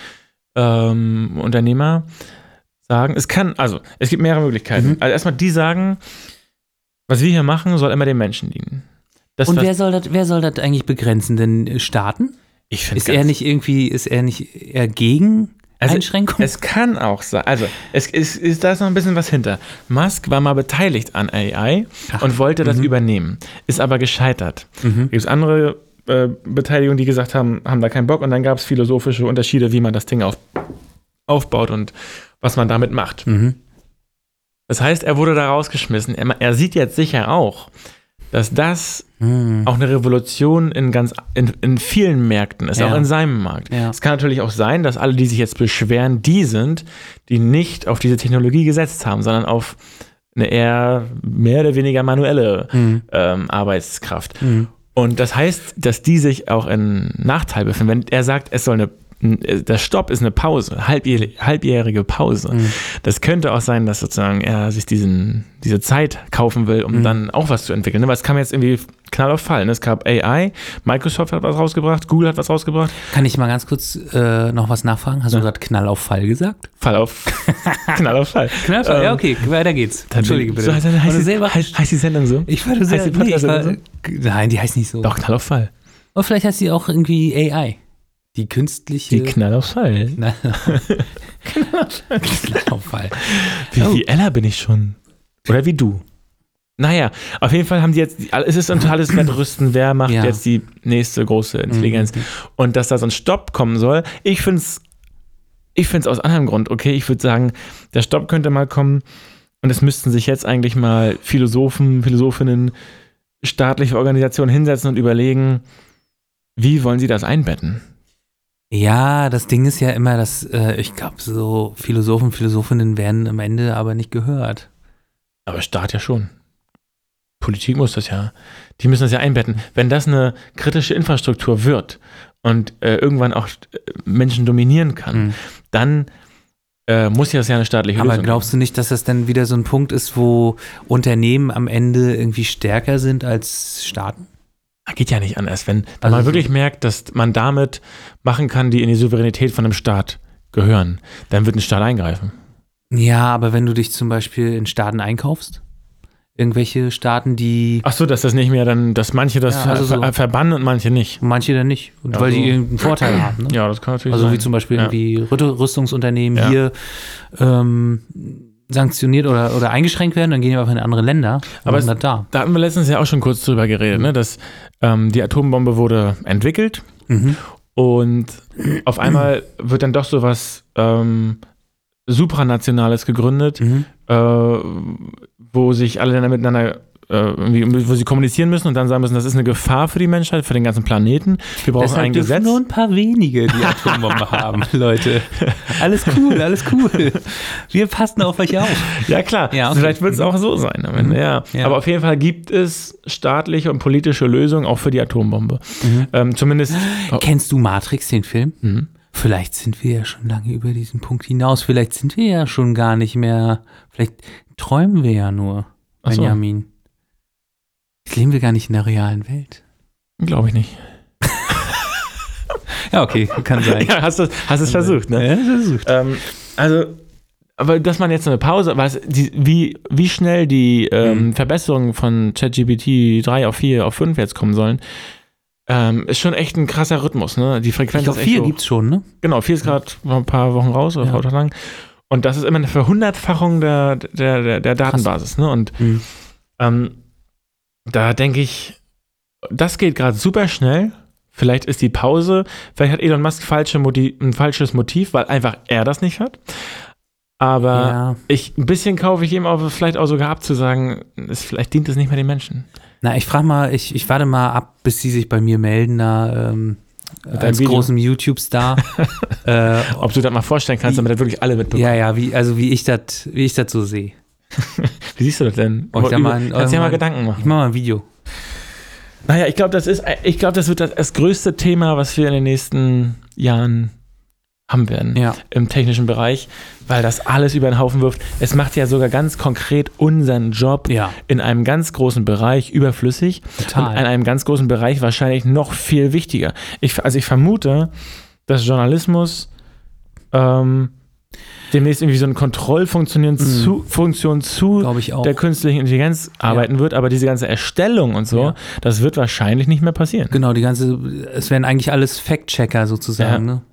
Tech-Unternehmer sagen, es gibt mehrere Möglichkeiten. Also erstmal, die sagen, was wir hier machen, soll immer dem Menschen dienen. Und wer soll das eigentlich begrenzen? Denn Staaten? Ich finde Ist er nicht eher gegen Einschränkungen? Es kann auch sein, also da ist noch ein bisschen was hinter. Musk war mal beteiligt an AI und wollte das übernehmen, ist aber gescheitert. Gibt es andere Beteiligungen, die gesagt haben da keinen Bock und dann gab es philosophische Unterschiede, wie man das Ding aufbaut und was man damit macht. Das heißt, er wurde da rausgeschmissen. Er sieht jetzt sicher auch, dass das auch eine Revolution in vielen Märkten ist, auch in seinem Markt. Ja. Es kann natürlich auch sein, dass alle, die sich jetzt beschweren, die sind, die nicht auf diese Technologie gesetzt haben, sondern auf eine eher mehr oder weniger manuelle Arbeitskraft. Und das heißt, dass die sich auch in Nachteil befinden. Wenn er sagt, der Stopp ist eine Pause, halbjährige Pause. Das könnte auch sein, dass sozusagen er sich diese Zeit kaufen will, um dann auch was zu entwickeln. Weil es kam jetzt irgendwie Knall auf Fall. Es gab AI, Microsoft hat was rausgebracht, Google hat was rausgebracht. Kann ich mal ganz kurz noch was nachfragen? Hast du gerade Knall auf Fall gesagt? Knall auf Fall. Knall auf Fall, ja okay, weiter geht's. Entschuldige bitte. So heißt die Sendung so? Ich war Heißt die Podcast-Sendung nein, die heißt nicht so. Doch, Knall auf Fall. Aber vielleicht heißt sie auch irgendwie AI. Die künstliche... Die Knall auf Fall. Knall auf Fall. Wie Ella bin ich schon. Oder wie du. Naja, auf jeden Fall haben die jetzt, es ist ein totales Wettrüsten, wer macht jetzt die nächste große Intelligenz. Und dass da so ein Stopp kommen soll, ich find's aus anderem Grund, okay, ich würde sagen, der Stopp könnte mal kommen und es müssten sich jetzt eigentlich mal Philosophinnen, staatliche Organisationen hinsetzen und überlegen, wie wollen sie das einbetten? Ja, das Ding ist ja immer, dass ich glaube, so Philosophinnen werden am Ende aber nicht gehört. Aber Staat ja schon. Politik muss das ja. Die müssen das ja einbetten. Wenn das eine kritische Infrastruktur wird und irgendwann auch Menschen dominieren kann, dann muss ja das ja eine staatliche Lösung Aber glaubst du nicht, dass das dann wieder so ein Punkt ist, wo Unternehmen am Ende irgendwie stärker sind als Staaten? Geht ja nicht anders. Wenn man wirklich merkt, dass man damit machen kann, die in die Souveränität von einem Staat gehören, dann wird ein Staat eingreifen. Ja, aber wenn du dich zum Beispiel in Staaten einkaufst, irgendwelche Staaten, die... Ach so, dass das nicht mehr dann, dass manche das verbannen und manche nicht. Manche dann nicht, Ja, weil so. die irgendeinen Vorteil haben. Ne? Ja, das kann natürlich Also sein. wie zum Beispiel irgendwie Rüstungsunternehmen hier sanktioniert oder eingeschränkt werden, dann gehen die einfach in andere Länder. Aber da. Da hatten wir letztens ja auch schon kurz drüber geredet, ne, dass die Atombombe wurde entwickelt und auf einmal wird dann doch sowas Supranationales gegründet, wo sich alle Länder miteinander wo sie kommunizieren müssen und dann sagen müssen, das ist eine Gefahr für die Menschheit, für den ganzen Planeten. Wir brauchen Deshalb ein dürfen Gesetz. nur ein paar wenige die Atombombe haben, Leute. Alles cool, alles cool. Wir passen auf euch auf. Ja, klar. Ja, okay. Vielleicht wird es auch so sein am Ende, ja. Aber auf jeden Fall gibt es staatliche und politische Lösungen auch für die Atombombe. Zumindest. Kennst du Matrix, den Film? Vielleicht sind wir ja schon lange über diesen Punkt hinaus. Vielleicht sind wir ja schon gar nicht mehr. Vielleicht träumen wir ja nur, Benjamin. Jetzt leben wir gar nicht in der realen Welt. Glaube ich nicht. Ja, okay, kann sein. Ja, hast es versucht, ne? Ja, versucht. Aber dass man jetzt so eine Pause, wie schnell die Verbesserungen von ChatGPT 3 auf 4 auf 5 jetzt kommen sollen, ist schon echt ein krasser Rhythmus, ne? Die Frequenz Ich glaube, ist echt 4 hoch. gibt's schon, ne? Genau, 4 ist gerade noch ein paar Wochen raus oder Ja. ein paar Tage lang. Und das ist immer eine Verhundertfachung der Datenbasis, ne? Und da denke ich, das geht gerade super schnell. Vielleicht ist die Pause, vielleicht hat Elon Musk ein falsches Motiv, weil einfach er das nicht hat. Aber ein bisschen kaufe ich ihm auch vielleicht auch sogar ab zu sagen, vielleicht dient es nicht mehr den Menschen. Na, ich frage mal, ich warte mal ab, bis sie sich bei mir melden, da als Video. großem YouTube-Star. Ob du das mal vorstellen kannst, damit das wirklich alle mitbekommen. Ja, wie ich das so sehe. Wie siehst du das denn? Kannst Kannst ja mal Gedanken Ich machen. mache mal ein Video. Naja, ich glaube, das wird das größte Thema, was wir in den nächsten Jahren haben werden im technischen Bereich, weil das alles über den Haufen wirft. Es macht ja sogar ganz konkret unseren Job in einem ganz großen Bereich überflüssig. Total. Und in einem ganz großen Bereich wahrscheinlich noch viel wichtiger. Ich vermute, dass Journalismus demnächst irgendwie so eine Kontrollfunktion Glaube ich auch. der künstlichen Intelligenz arbeiten wird, aber diese ganze Erstellung und so, das wird wahrscheinlich nicht mehr passieren. Genau, es werden eigentlich alles Fact-Checker sozusagen, ne?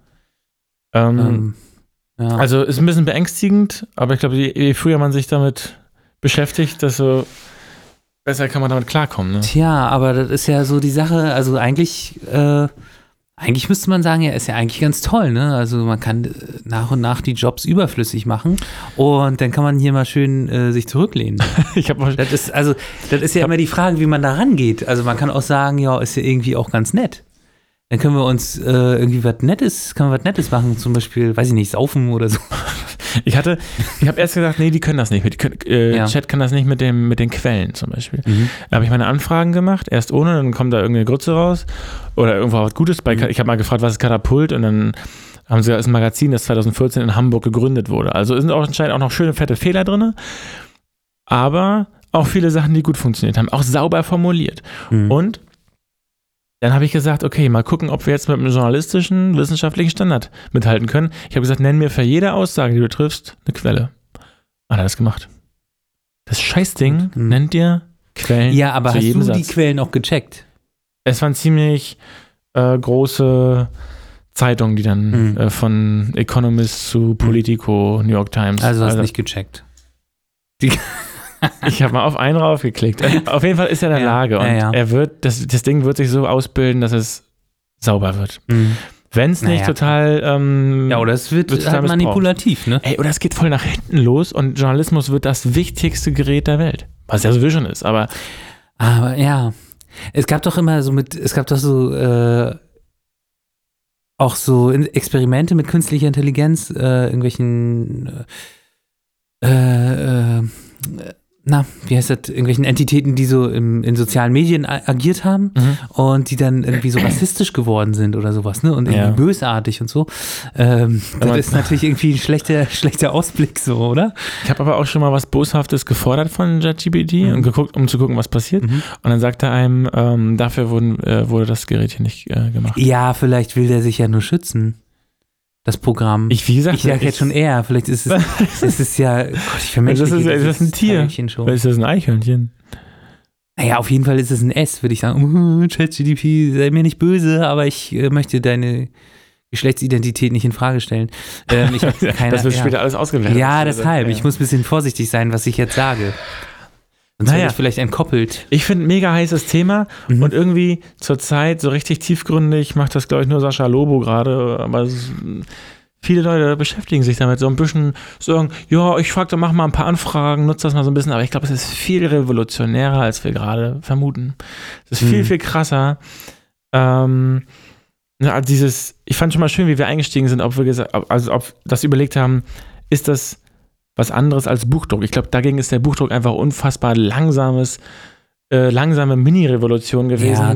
Also ist ein bisschen beängstigend, aber ich glaube, je früher man sich damit beschäftigt, desto besser kann man damit klarkommen. Ne? Tja, aber das ist ja so die Sache, also eigentlich müsste man sagen, ist ja eigentlich ganz toll, ne? Also man kann nach und nach die Jobs überflüssig machen und dann kann man hier mal schön sich zurücklehnen. Das ist ja immer die Frage, wie man da rangeht. Also man kann auch sagen, ja, ist ja irgendwie auch ganz nett. Dann können wir uns irgendwie was Nettes machen, zum Beispiel, weiß ich nicht, saufen oder so. Ich habe erst gesagt, nee, die können das nicht. Chat kann das nicht mit den Quellen zum Beispiel. Da habe ich meine Anfragen gemacht, erst ohne, dann kommt da irgendeine Grütze raus oder irgendwo was Gutes. Ich habe mal gefragt, was ist Katapult, und dann haben sie, das ist ein Magazin, das 2014 in Hamburg gegründet wurde. Also sind auch anscheinend auch noch schöne, fette Fehler drin, aber auch viele Sachen, die gut funktioniert haben, auch sauber formuliert. Und dann habe ich gesagt, okay, mal gucken, ob wir jetzt mit einem journalistischen, wissenschaftlichen Standard mithalten können. Ich habe gesagt, nenn mir für jede Aussage, die du triffst, eine Quelle. Hat er das gemacht. Das Scheißding nennt dir Quellen. Ja, aber zu hast jedem du die Satz. Quellen auch gecheckt? Es waren ziemlich große Zeitungen, die dann von Economist zu Politico, New York Times. Also hast du nicht gecheckt. Ich habe mal auf einen raufgeklickt. Auf jeden Fall ist er in der Lage, und er wird, das Ding wird sich so ausbilden, dass es sauber wird. Wenn es nicht total oder es wird halt manipulativ, ne? Ey, oder es geht voll nach hinten los und Journalismus wird das wichtigste Gerät der Welt. Was ja sowieso schon ist, aber ja. Es gab doch auch so Experimente mit künstlicher Intelligenz, irgendwelchen irgendwelchen Entitäten, die so in sozialen Medien agiert haben und die dann irgendwie so rassistisch geworden sind oder sowas, ne? Und irgendwie bösartig und so. Das ist natürlich irgendwie ein schlechter Ausblick so, oder? Ich habe aber auch schon mal was Boshaftes gefordert von ChatGPT und geguckt, um zu gucken, was passiert. Und dann sagte er einem, dafür wurde das Gerät hier nicht gemacht. Ja, vielleicht will der sich ja nur schützen. Das Programm. Ich sag jetzt schon eher. Vielleicht ist es ja. Gott, ich vermenschliche ist das ein Tier? Oder ist das ein Eichhörnchen? Naja, auf jeden Fall ist es ein S, würde ich sagen. ChatGPT, sei mir nicht böse, aber ich möchte deine Geschlechtsidentität nicht in Frage stellen. Das wird später alles ausgewertet. Ja, deshalb. Ich muss ein bisschen vorsichtig sein, was ich jetzt sage. Sonst werde ich vielleicht entkoppelt. Ich finde, mega heißes Thema und irgendwie zurzeit so richtig tiefgründig macht das, glaube ich, nur Sascha Lobo gerade, aber viele Leute beschäftigen sich damit, so ein bisschen sagen, ja, ich mach mal ein paar Anfragen, nutze das mal so ein bisschen, aber ich glaube, es ist viel revolutionärer, als wir gerade vermuten. Es ist viel, viel krasser. Ich fand schon mal schön, wie wir eingestiegen sind, ob das überlegt haben, ist das was anderes als Buchdruck. Ich glaube, dagegen ist der Buchdruck einfach unfassbar langsame Mini-Revolution gewesen,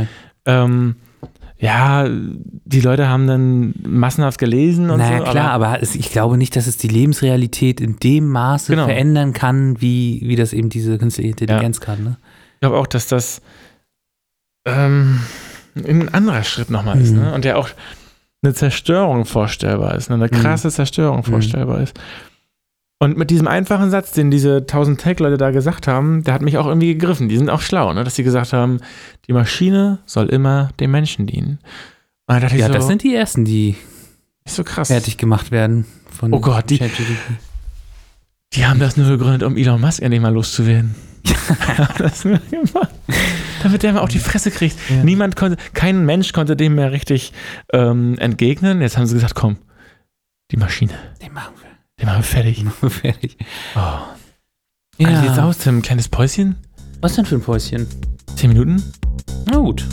die Leute haben dann massenhaft gelesen und naja, so. Klar, aber ich glaube nicht, dass es die Lebensrealität in dem Maße verändern kann, wie das eben diese künstliche Intelligenz kann. Ne? Ich glaube auch, dass das ein anderer Schritt nochmal ist, ne? Und der auch eine Zerstörung vorstellbar ist, eine krasse Zerstörung vorstellbar ist. Und mit diesem einfachen Satz, den diese 1000 Tech-Leute da gesagt haben, der hat mich auch irgendwie gegriffen. Die sind auch schlau, ne? Dass sie gesagt haben, die Maschine soll immer dem Menschen dienen. Und da dachte ich Ja, so, das sind die ersten, die ist so krass. fertig gemacht werden von Oh Gott, die haben das nur gegründet, um Elon Musk endlich mal loszuwerden. Das nur gemacht, damit der mal auf die Fresse kriegt. Ja. Kein Mensch konnte dem mehr richtig entgegnen. Jetzt haben sie gesagt, komm, die Maschine. Den machen wir. Den machen wir fertig. Oh. Ja. Also jetzt aus, Tim, ein kleines Päuschen? Was denn für ein Päuschen? 10 Minuten? Na gut.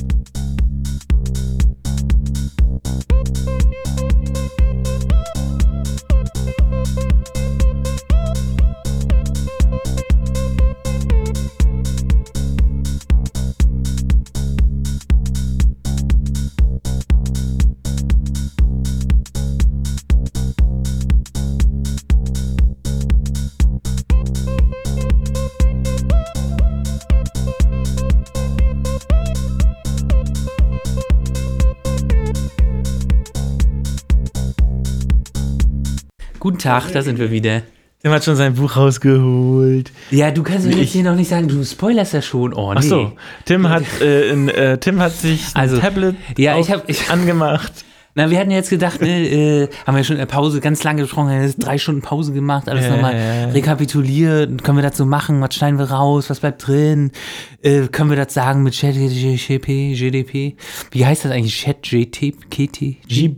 Guten Tag, da sind wir wieder. Tim hat schon sein Buch rausgeholt. Ja, du kannst mir jetzt hier noch nicht sagen, du spoilerst ja schon. Oh, nee. Ach so, Tim hat sich ein Tablet angemacht. Na, wir hatten jetzt gedacht, ne, haben wir schon in der Pause ganz lange gesprochen, haben jetzt 3 Stunden Pause gemacht, alles nochmal rekapituliert, können wir das so machen, was schneiden wir raus, was bleibt drin, können wir das sagen mit GDP, wie heißt das eigentlich, GPT?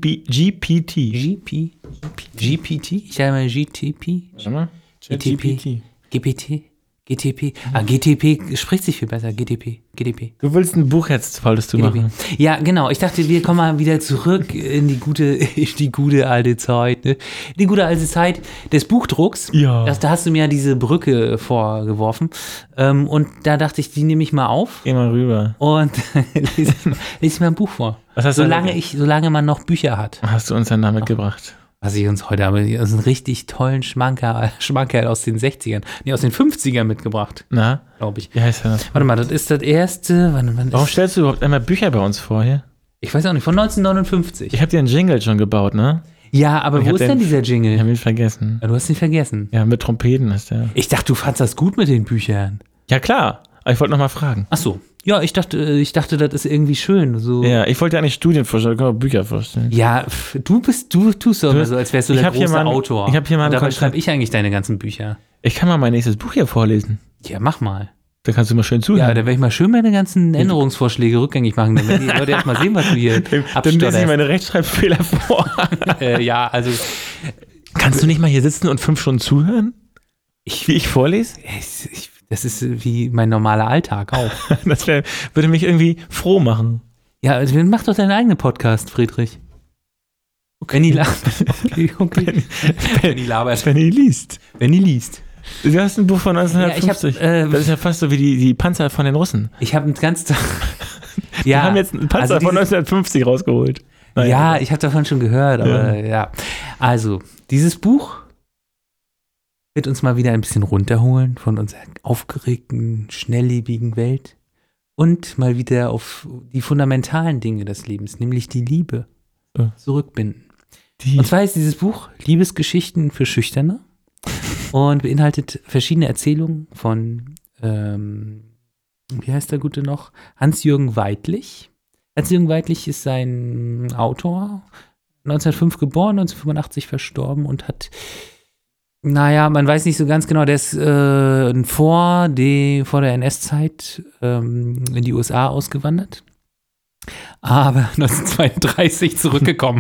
GPT? Ich sage mal GTP? GTP. GTP spricht sich viel besser. GTP. Du willst ein Buch jetzt, wolltest du machen. Ja, genau. Ich dachte, wir kommen mal wieder zurück in die gute alte Zeit. Ne? Die gute alte Zeit des Buchdrucks. Ja. Da hast du mir ja diese Brücke vorgeworfen. Und da dachte ich, die nehme ich mal auf. Geh mal rüber. Und lese mal ein Buch vor. Was hast solange man noch Bücher hat. Hast du uns dann damit gebracht? Was ich uns heute habe, ist einen richtig tollen Schmankerl aus den 60ern, aus den 50ern mitgebracht. Na? Glaube ich. Wie heißt das? Warte mal, das ist das erste. Warum stellst du überhaupt einmal Bücher bei uns vor hier? Ich weiß auch nicht, von 1959. Ich habe dir einen Jingle schon gebaut, ne? Ja, aber wo ist denn dieser Jingle? Ich habe ihn vergessen. Ja, du hast ihn vergessen. Ja, mit Trompeten ist der. Ich dachte, du fandst das gut mit den Büchern. Ja, klar. Aber ich wollte noch mal fragen. Ach so. Ja, ich dachte, das ist irgendwie schön. So. Ja, ich wollte ja nicht Studien vorstellen, ich kann auch Bücher vorstellen. Ja, du tust so immer so, als wärst du der große Autor. Ich habe hier mal dabei schreibe ich eigentlich deine ganzen Bücher. Ich kann mal mein nächstes Buch hier vorlesen. Ja, mach mal. Da kannst du mal schön zuhören. Ja, da werde ich mal schön meine ganzen Änderungsvorschläge rückgängig machen, damit die Leute erst mal sehen, was du hier Dann lese ich meine Rechtschreibfehler vor. Ja, also. Kannst du nicht mal hier sitzen und 5 Stunden zuhören? Wie ich vorlese? Das ist wie mein normaler Alltag auch. Das würde mich irgendwie froh machen. Ja, also mach doch deinen eigenen Podcast, Friedrich. Okay. Wenn die labert. Wenn die liest. Du hast ein Buch von 1950. Ja, das ist ja fast so wie die Panzer von den Russen. Ich habe ein ganz... Wir haben jetzt einen Panzer von 1950 rausgeholt. Nein, ja, ich habe davon schon gehört, aber ja. Also, dieses Buch wird uns mal wieder ein bisschen runterholen von unserer aufgeregten, schnelllebigen Welt und mal wieder auf die fundamentalen Dinge des Lebens, nämlich die Liebe, zurückbinden. Und zwar ist dieses Buch Liebesgeschichten für Schüchterne und beinhaltet verschiedene Erzählungen von, wie heißt der Gute noch? Hans-Jürgen Weidlich. Hans-Jürgen Weidlich ist ein Autor, 1905 geboren, 1985 verstorben und hat, naja, man weiß nicht so ganz genau, der ist vor der NS-Zeit in die USA ausgewandert. Aber 1932 zurückgekommen.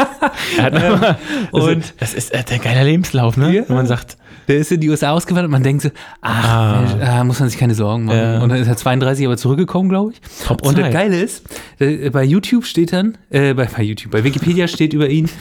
Und das ist der geile Lebenslauf, ne? Ja. Wenn man sagt, der ist in die USA ausgewandert und man denkt so, Mensch, muss man sich keine Sorgen machen. Ja. Und dann ist er 32 aber zurückgekommen, glaube ich. Top und Zeit. das Geile ist, bei YouTube steht dann, bei Wikipedia steht über ihn,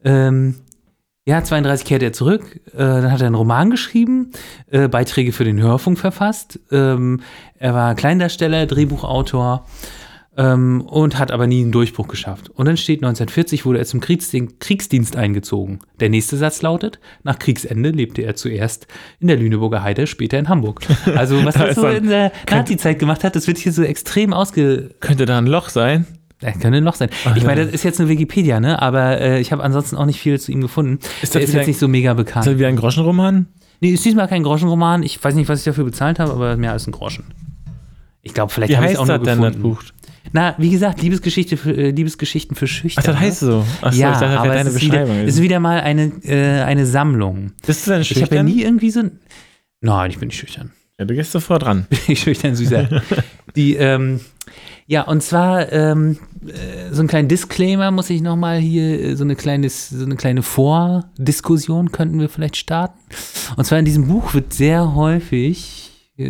32 kehrt er zurück, dann hat er einen Roman geschrieben, Beiträge für den Hörfunk verfasst, er war Kleindarsteller, Drehbuchautor, und hat aber nie einen Durchbruch geschafft. Und dann steht 1940 wurde er zum Kriegsdienst eingezogen. Der nächste Satz lautet, nach Kriegsende lebte er zuerst in der Lüneburger Heide, später in Hamburg. Also was er so in der Nazi-Zeit gemacht hat, das wird hier so extrem Könnte da ein Loch sein? Er könnte ein Loch sein. Ich meine, das ist jetzt eine Wikipedia, ne? Aber ich habe ansonsten auch nicht viel zu ihm gefunden. Der ist jetzt nicht so mega bekannt. Ist das wieder ein Groschenroman? Nee, ist diesmal kein Groschenroman. Ich weiß nicht, was ich dafür bezahlt habe, aber mehr als ein Groschen. Ich glaube, vielleicht habe ich es auch nur gefunden. Wie heißt das denn, das Buch? Na, wie gesagt, Liebesgeschichten für Schüchterne. Ach, das heißt so. Ach so, ja, ich dachte, das wäre deine Beschreibung. Es ist wieder mal eine Sammlung. Bist du denn schüchtern? Ich habe ja nie irgendwie so... Nein, ich bin nicht schüchtern. Ja, du gehst sofort ran. Bin ich schüchtern, Süßer. Ja, und zwar so einen kleinen Disclaimer muss ich nochmal hier, so eine kleine Vordiskussion könnten wir vielleicht starten. Und zwar in diesem Buch wird sehr häufig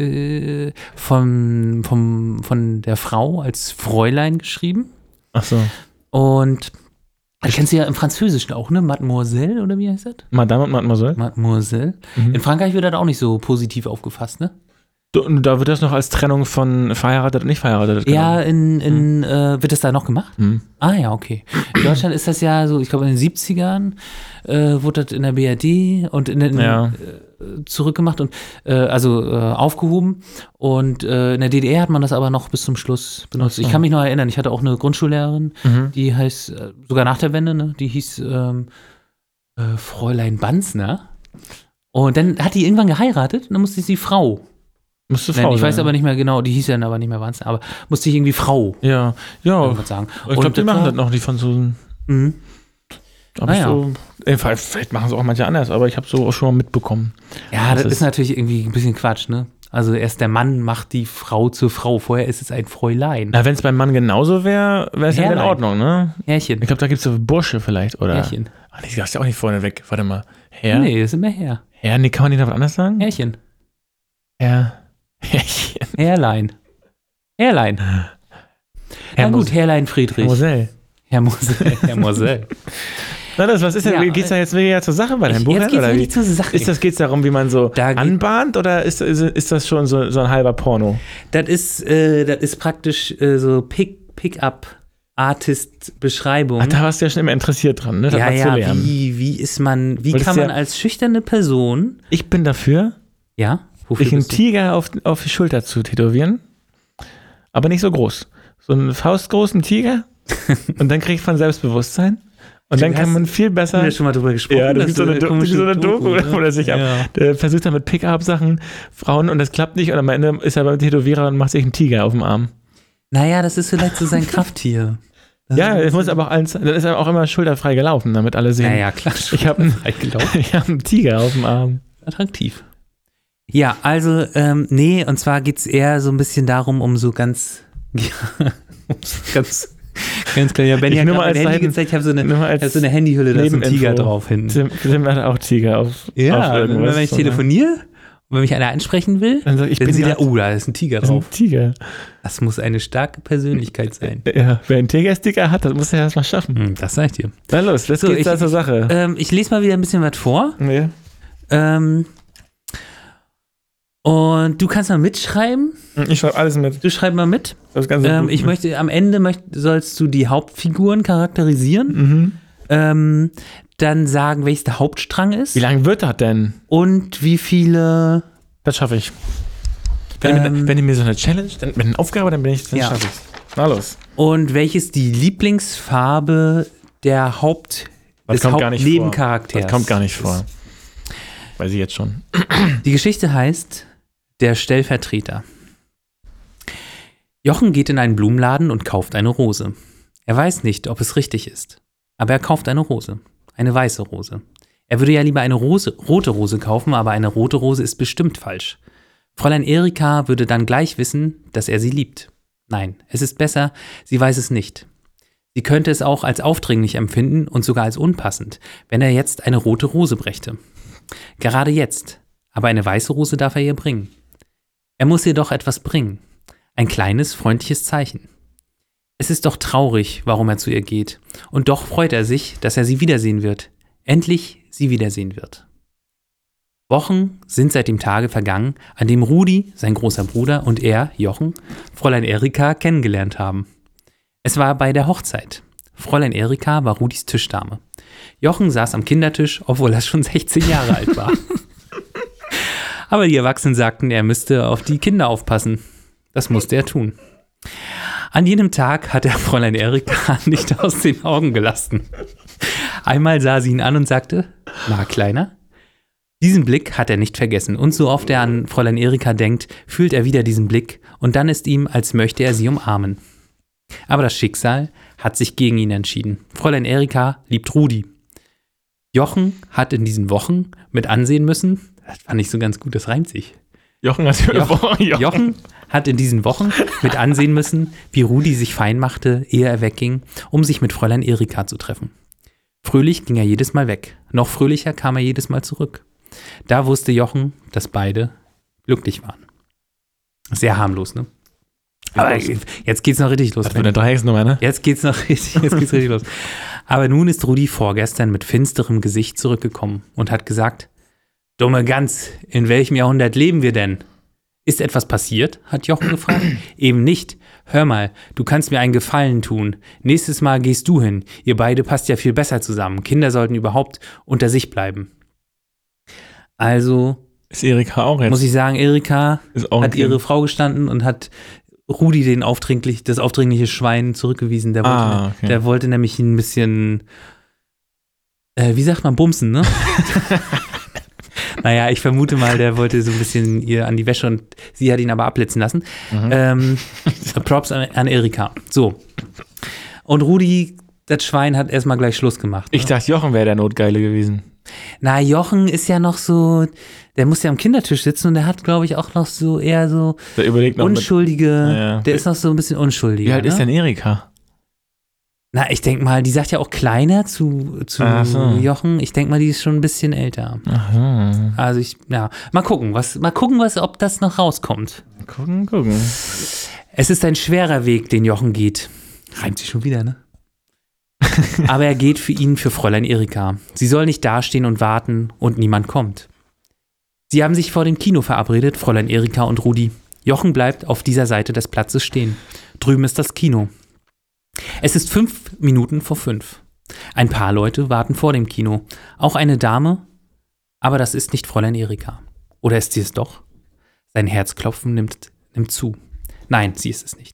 von der Frau als Fräulein geschrieben. Ach so. Und das kennst du ja im Französischen auch, ne? Mademoiselle, oder wie heißt das? Madame und Mademoiselle. Mademoiselle. In Frankreich wird das auch nicht so positiv aufgefasst, ne? Da wird das noch als Trennung von verheiratet und nicht verheiratet genommen. Ja, wird das da noch gemacht? Ah ja, okay. In Deutschland ist das ja so, ich glaube in den 70ern wurde das in der BRD und zurückgemacht und aufgehoben. Und in der DDR hat man das aber noch bis zum Schluss benutzt. Ich kann mich noch erinnern, ich hatte auch eine Grundschullehrerin, die heißt, sogar nach der Wende, ne, die hieß Fräulein Banzner. Und dann hat die irgendwann geheiratet und dann musste sie Frau. Musste Frau ich weiß aber nicht mehr genau, die hieß dann aber nicht mehr Banzner, aber musste ich irgendwie Frau. Ja. Sagen. Ich glaube, die machen das noch, die Franzosen. Vielleicht machen sie auch manche anders, aber ich habe so auch schon mal mitbekommen. Ja, das ist natürlich irgendwie ein bisschen Quatsch, ne? Also erst der Mann macht die Frau zur Frau, vorher ist es ein Fräulein. Na, wenn es beim Mann genauso wäre, wäre es ja in Ordnung, ne? Herrchen. Ich glaube, da gibt es so Bursche vielleicht, oder? Herrchen. Ach, ich darfst ja auch nicht vorne weg. Warte mal. Herr? Nee, das ist immer Herr. Herr? Nee, kann man nicht noch was anderes sagen? Herrchen. Herr. Herrchen. Herrlein. Na gut, Herrlein Friedrich. Herr Mosel. Na, was ist denn? Geht's da jetzt wieder zur Sache bei deinem Buch? Jetzt geht's wirklich zur Sache. Geht's darum, wie man so anbahnt oder ist das schon so ein halber Porno? Das ist praktisch so Pick-up-Artist-Beschreibung. Ach, da warst du ja schon immer interessiert dran, ne? Das mal zu lernen. Wie kann man als schüchterne Person... Ich bin dafür, sich einen Tiger auf die Schulter zu tätowieren, aber nicht so groß. So einen faustgroßen Tiger und dann kriegt man Selbstbewusstsein. Und dann kann man viel besser. Haben wir schon mal drüber gesprochen? Ja, das gibt so eine Doku, wo er sich der versucht dann mit Pick-up-Sachen Frauen und das klappt nicht und am Ende ist er beim Tätowierer und macht sich einen Tiger auf dem Arm. Naja, das ist vielleicht so sein Krafttier. Es muss aber auch dann ist er auch immer schulterfrei gelaufen, damit alle sehen. Ja, klar. Ich habe einen Tiger auf dem Arm. Attraktiv. Ja, also, und zwar geht es eher so ein bisschen darum, um so ganz klar. Ja, Benny hat mir mein Handy gezeigt, ich habe so eine Handyhülle, da ist ein Tiger drauf hinten. Tim hat auch Tiger auf irgendwas. Wenn ich telefoniere und wenn mich einer ansprechen will, dann sieht er, da ist ein Tiger drauf. Ein Tiger. Das muss eine starke Persönlichkeit sein. Ja, wer einen Tiger-Sticker hat, das muss er erst mal schaffen. Das sag ich dir. Na los, geht's da zur Sache. Ich lese mal wieder ein bisschen was vor. Ja. Und du kannst mal mitschreiben. Ich schreibe alles mit. Du schreib mal mit. Das Ganze am Ende sollst du die Hauptfiguren charakterisieren. Dann sagen, welches der Hauptstrang ist. Wie lang wird das denn? Und wie viele. Das schaffe ich. Wenn ihr mir so eine Challenge, mit einer Aufgabe, dann schaffe ich es. Na los. Und welches die Lieblingsfarbe des Hauptnebencharakters. Das kommt gar nicht vor. Weiß ich jetzt schon. Die Geschichte heißt Der Stellvertreter. Jochen geht in einen Blumenladen und kauft eine Rose. Er weiß nicht, ob es richtig ist. Aber er kauft eine Rose. Eine weiße Rose. Er würde ja lieber eine rote Rose kaufen, aber eine rote Rose ist bestimmt falsch. Fräulein Erika würde dann gleich wissen, dass er sie liebt. Nein, es ist besser, sie weiß es nicht. Sie könnte es auch als aufdringlich empfinden und sogar als unpassend, wenn er jetzt eine rote Rose brächte. Gerade jetzt, aber eine weiße Rose darf er ihr bringen. Er muss ihr doch etwas bringen. Ein kleines, freundliches Zeichen. Es ist doch traurig, warum er zu ihr geht. Und doch freut er sich, dass er sie wiedersehen wird. Endlich sie wiedersehen wird. Wochen sind seit dem Tage vergangen, an dem Rudi, sein großer Bruder, und er, Jochen, Fräulein Erika kennengelernt haben. Es war bei der Hochzeit. Fräulein Erika war Rudis Tischdame. Jochen saß am Kindertisch, obwohl er schon 16 Jahre alt war. Aber die Erwachsenen sagten, er müsste auf die Kinder aufpassen. Das musste er tun. An jenem Tag hat er Fräulein Erika nicht aus den Augen gelassen. Einmal sah sie ihn an und sagte, na, Kleiner? Diesen Blick hat er nicht vergessen. Und so oft er an Fräulein Erika denkt, fühlt er wieder diesen Blick und dann ist ihm, als möchte er sie umarmen. Aber das Schicksal hat sich gegen ihn entschieden. Fräulein Erika liebt Rudi. Jochen hat in diesen Wochen mit ansehen müssen, das fand ich so ganz gut, das reimt sich. Jochen hat in diesen Wochen mit ansehen müssen, wie Rudi sich fein machte, ehe er wegging, um sich mit Fräulein Erika zu treffen. Fröhlich ging er jedes Mal weg. Noch fröhlicher kam er jedes Mal zurück. Da wusste Jochen, dass beide glücklich waren. Sehr harmlos, ne? Aber jetzt geht's noch richtig los. Das wird eine Dreiecksnummer, ne? Jetzt geht's richtig los. Aber nun ist Rudi vorgestern mit finsterem Gesicht zurückgekommen und hat gesagt, dumme Gans, in welchem Jahrhundert leben wir denn? Ist etwas passiert? Hat Jochen gefragt. Eben nicht. Hör mal, du kannst mir einen Gefallen tun. Nächstes Mal gehst du hin. Ihr beide passt ja viel besser zusammen. Kinder sollten überhaupt unter sich bleiben. Also ist Erika auch jetzt? Muss ich sagen, Erika hat Kind. ihre Frau gestanden und hat Rudi das aufdringliche Schwein zurückgewiesen. Der wollte nämlich ein bisschen, wie sagt man, bumsen, ne? Naja, ich vermute mal, der wollte so ein bisschen ihr an die Wäsche und sie hat ihn aber abblitzen lassen. Props an Erika. So. Und Rudi, das Schwein, hat erstmal gleich Schluss gemacht. Ne? Ich dachte, Jochen wäre der Notgeile gewesen. Na, Jochen ist ja noch so, der muss ja am Kindertisch sitzen und der hat, glaube ich, auch noch so eher so der überlegt noch unschuldige, der ist noch so ein bisschen unschuldiger. Wie alt ist denn Erika? Na, ich denke mal, die sagt ja auch kleiner zu Jochen. Ich denke mal, die ist schon ein bisschen älter. Aha. Also mal gucken, ob das noch rauskommt. Gucken. Es ist ein schwerer Weg, den Jochen geht. Reimt sich schon wieder, ne? Aber er geht für Fräulein Erika. Sie soll nicht dastehen und warten und niemand kommt. Sie haben sich vor dem Kino verabredet, Fräulein Erika und Rudi. Jochen bleibt auf dieser Seite des Platzes stehen. Drüben ist das Kino. Es ist 5 Minuten vor 5. Ein paar Leute warten vor dem Kino. Auch eine Dame, aber das ist nicht Fräulein Erika. Oder ist sie es doch? Sein Herzklopfen nimmt zu. Nein, sie ist es nicht.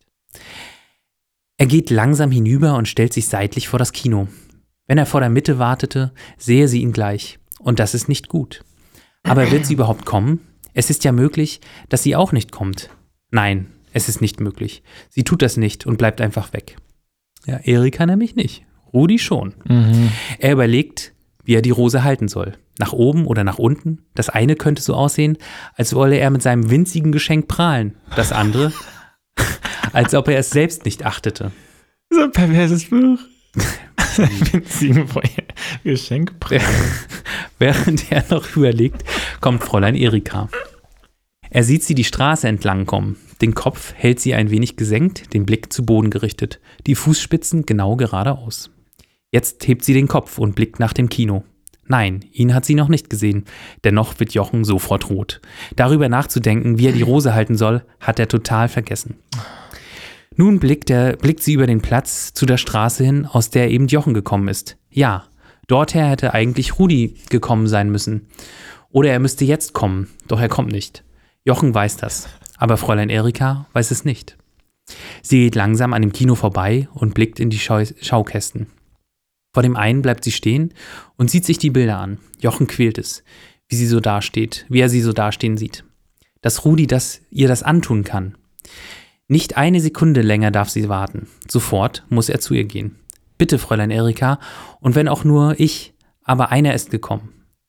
Er geht langsam hinüber und stellt sich seitlich vor das Kino. Wenn er vor der Mitte wartete, sehe sie ihn gleich. Und das ist nicht gut. Aber wird sie überhaupt kommen? Es ist ja möglich, dass sie auch nicht kommt. Nein, es ist nicht möglich. Sie tut das nicht und bleibt einfach weg. Ja, Erika nämlich nicht. Rudi schon. Mhm. Er überlegt, wie er die Rose halten soll. Nach oben oder nach unten. Das eine könnte so aussehen, als wolle er mit seinem winzigen Geschenk prahlen. Das andere, als ob er es selbst nicht achtete. So ein perverses Buch. Winzigen Geschenk prahlen. Während er noch überlegt, kommt Fräulein Erika. Er sieht sie die Straße entlang kommen. Den Kopf hält sie ein wenig gesenkt, den Blick zu Boden gerichtet, die Fußspitzen genau geradeaus. Jetzt hebt sie den Kopf und blickt nach dem Kino. Nein, ihn hat sie noch nicht gesehen. Dennoch wird Jochen sofort rot. Darüber nachzudenken, wie er die Rose halten soll, hat er total vergessen. Nun blickt sie über den Platz zu der Straße hin, aus der eben Jochen gekommen ist. Ja, dorther hätte eigentlich Rudi gekommen sein müssen. Oder er müsste jetzt kommen, doch er kommt nicht. Jochen weiß das, aber Fräulein Erika weiß es nicht. Sie geht langsam an dem Kino vorbei und blickt in die Schaukästen. Vor dem einen bleibt sie stehen und sieht sich die Bilder an. Jochen quält es, wie er sie so dastehen sieht. Dass Rudi ihr das antun kann. Nicht eine Sekunde länger darf sie warten. Sofort muss er zu ihr gehen. Bitte, Fräulein Erika, und wenn auch nur ich, aber einer ist gekommen.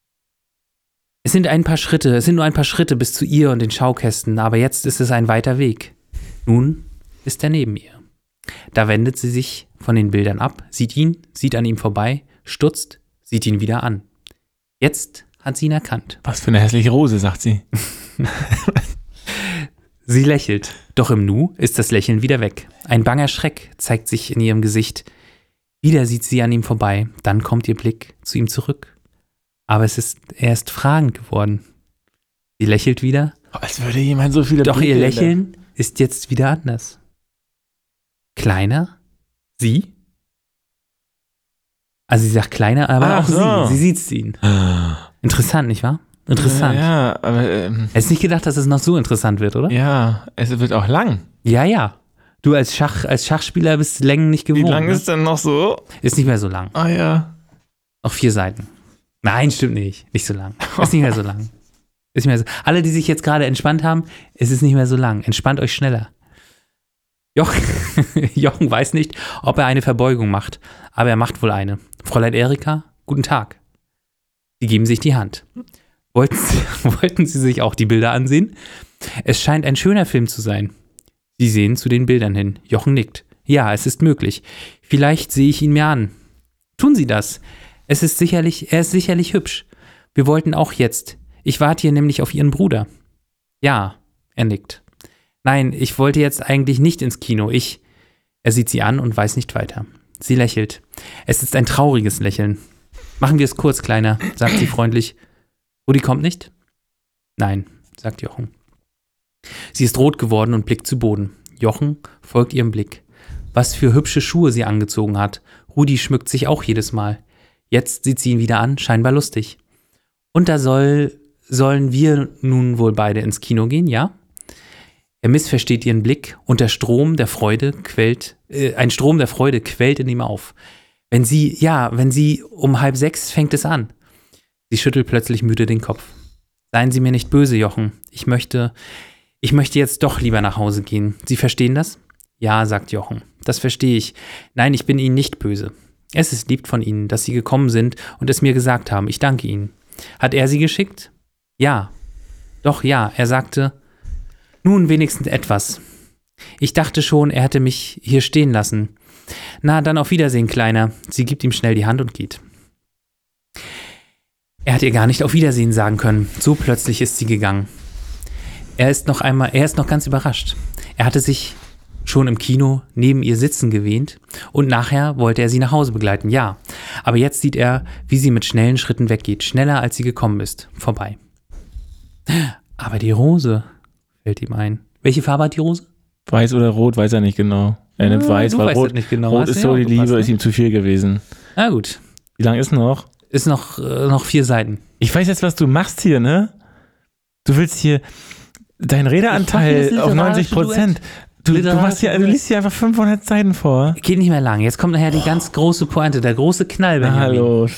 Es sind nur ein paar Schritte bis zu ihr und den Schaukästen, aber jetzt ist es ein weiter Weg. Nun ist er neben ihr. Da wendet sie sich von den Bildern ab, sieht an ihm vorbei, stutzt, sieht ihn wieder an. Jetzt hat sie ihn erkannt. Was für eine hässliche Rose, sagt sie. Sie lächelt, doch im Nu ist das Lächeln wieder weg. Ein banger Schreck zeigt sich in ihrem Gesicht. Wieder sieht sie an ihm vorbei, dann kommt ihr Blick zu ihm zurück. Aber er ist fragend geworden. Sie lächelt wieder. Als würde jemand so viele Doch ihr Lächeln ist jetzt wieder anders. Kleiner? Sie? Also sie sagt kleiner, aber auch so. Sie sieht ihn. Interessant, nicht wahr? Interessant. Ja, aber Hättest nicht gedacht, dass es noch so interessant wird, oder? Ja, es wird auch lang. Ja. Du als Schachspieler bist Längen nicht gewohnt. Wie lang ne? ist denn noch so? Ist nicht mehr so lang. Ah ja. Noch 4 Seiten. Nein, stimmt nicht. Nicht so lang. Ist nicht mehr so lang. Ist nicht mehr so. Alle, die sich jetzt gerade entspannt haben, es ist nicht mehr so lang. Entspannt euch schneller. Jochen weiß nicht, ob er eine Verbeugung macht, aber er macht wohl eine. Fräulein Erika, guten Tag. Sie geben sich die Hand. Wollten Sie sich auch die Bilder ansehen? Es scheint ein schöner Film zu sein. Sie sehen zu den Bildern hin. Jochen nickt. Ja, es ist möglich. Vielleicht sehe ich ihn mir an. Tun Sie das. Er ist sicherlich hübsch. Wir wollten auch jetzt. Ich warte hier nämlich auf Ihren Bruder. Ja, er nickt. Nein, ich wollte jetzt eigentlich nicht ins Kino. Er sieht sie an und weiß nicht weiter. Sie lächelt. Es ist ein trauriges Lächeln. Machen wir es kurz, Kleiner, sagt sie freundlich. Rudi kommt nicht? Nein, sagt Jochen. Sie ist rot geworden und blickt zu Boden. Jochen folgt ihrem Blick. Was für hübsche Schuhe sie angezogen hat. Rudi schmückt sich auch jedes Mal. Jetzt sieht sie ihn wieder an, scheinbar lustig. Und da sollen wir nun wohl beide ins Kino gehen, ja? Er missversteht ihren Blick und ein Strom der Freude quellt in ihm auf. Wenn sie um 5:30 fängt es an. Sie schüttelt plötzlich müde den Kopf. Seien Sie mir nicht böse, Jochen. Ich möchte jetzt doch lieber nach Hause gehen. Sie verstehen das? Ja, sagt Jochen. Das verstehe ich. Nein, ich bin Ihnen nicht böse. Es ist lieb von Ihnen, dass Sie gekommen sind und es mir gesagt haben. Ich danke Ihnen. Hat er Sie geschickt? Ja. Doch, ja. Er sagte, nun wenigstens etwas. Ich dachte schon, er hätte mich hier stehen lassen. Na, dann auf Wiedersehen, Kleiner. Sie gibt ihm schnell die Hand und geht. Er hat ihr gar nicht auf Wiedersehen sagen können. So plötzlich ist sie gegangen. Er ist noch ganz überrascht. Er hatte sich schon im Kino neben ihr sitzen gewähnt und nachher wollte er sie nach Hause begleiten, ja. Aber jetzt sieht er, wie sie mit schnellen Schritten weggeht, schneller als sie gekommen ist, vorbei. Aber die Rose fällt ihm ein. Welche Farbe hat die Rose? Weiß oder rot, weiß er nicht genau. Er nimmt weiß, weil rot, nicht genau. rot ist so die Liebe, ist ihm zu viel gewesen. Na gut. Wie lang ist noch? Ist noch 4 Seiten. Ich weiß jetzt, was du machst hier, ne? Du willst hier deinen Redeanteil auf 90%. Du liest hier einfach 500 Seiten vor. Geht nicht mehr lang. Jetzt kommt nachher die ganz große Pointe, der große Knall. Hallo.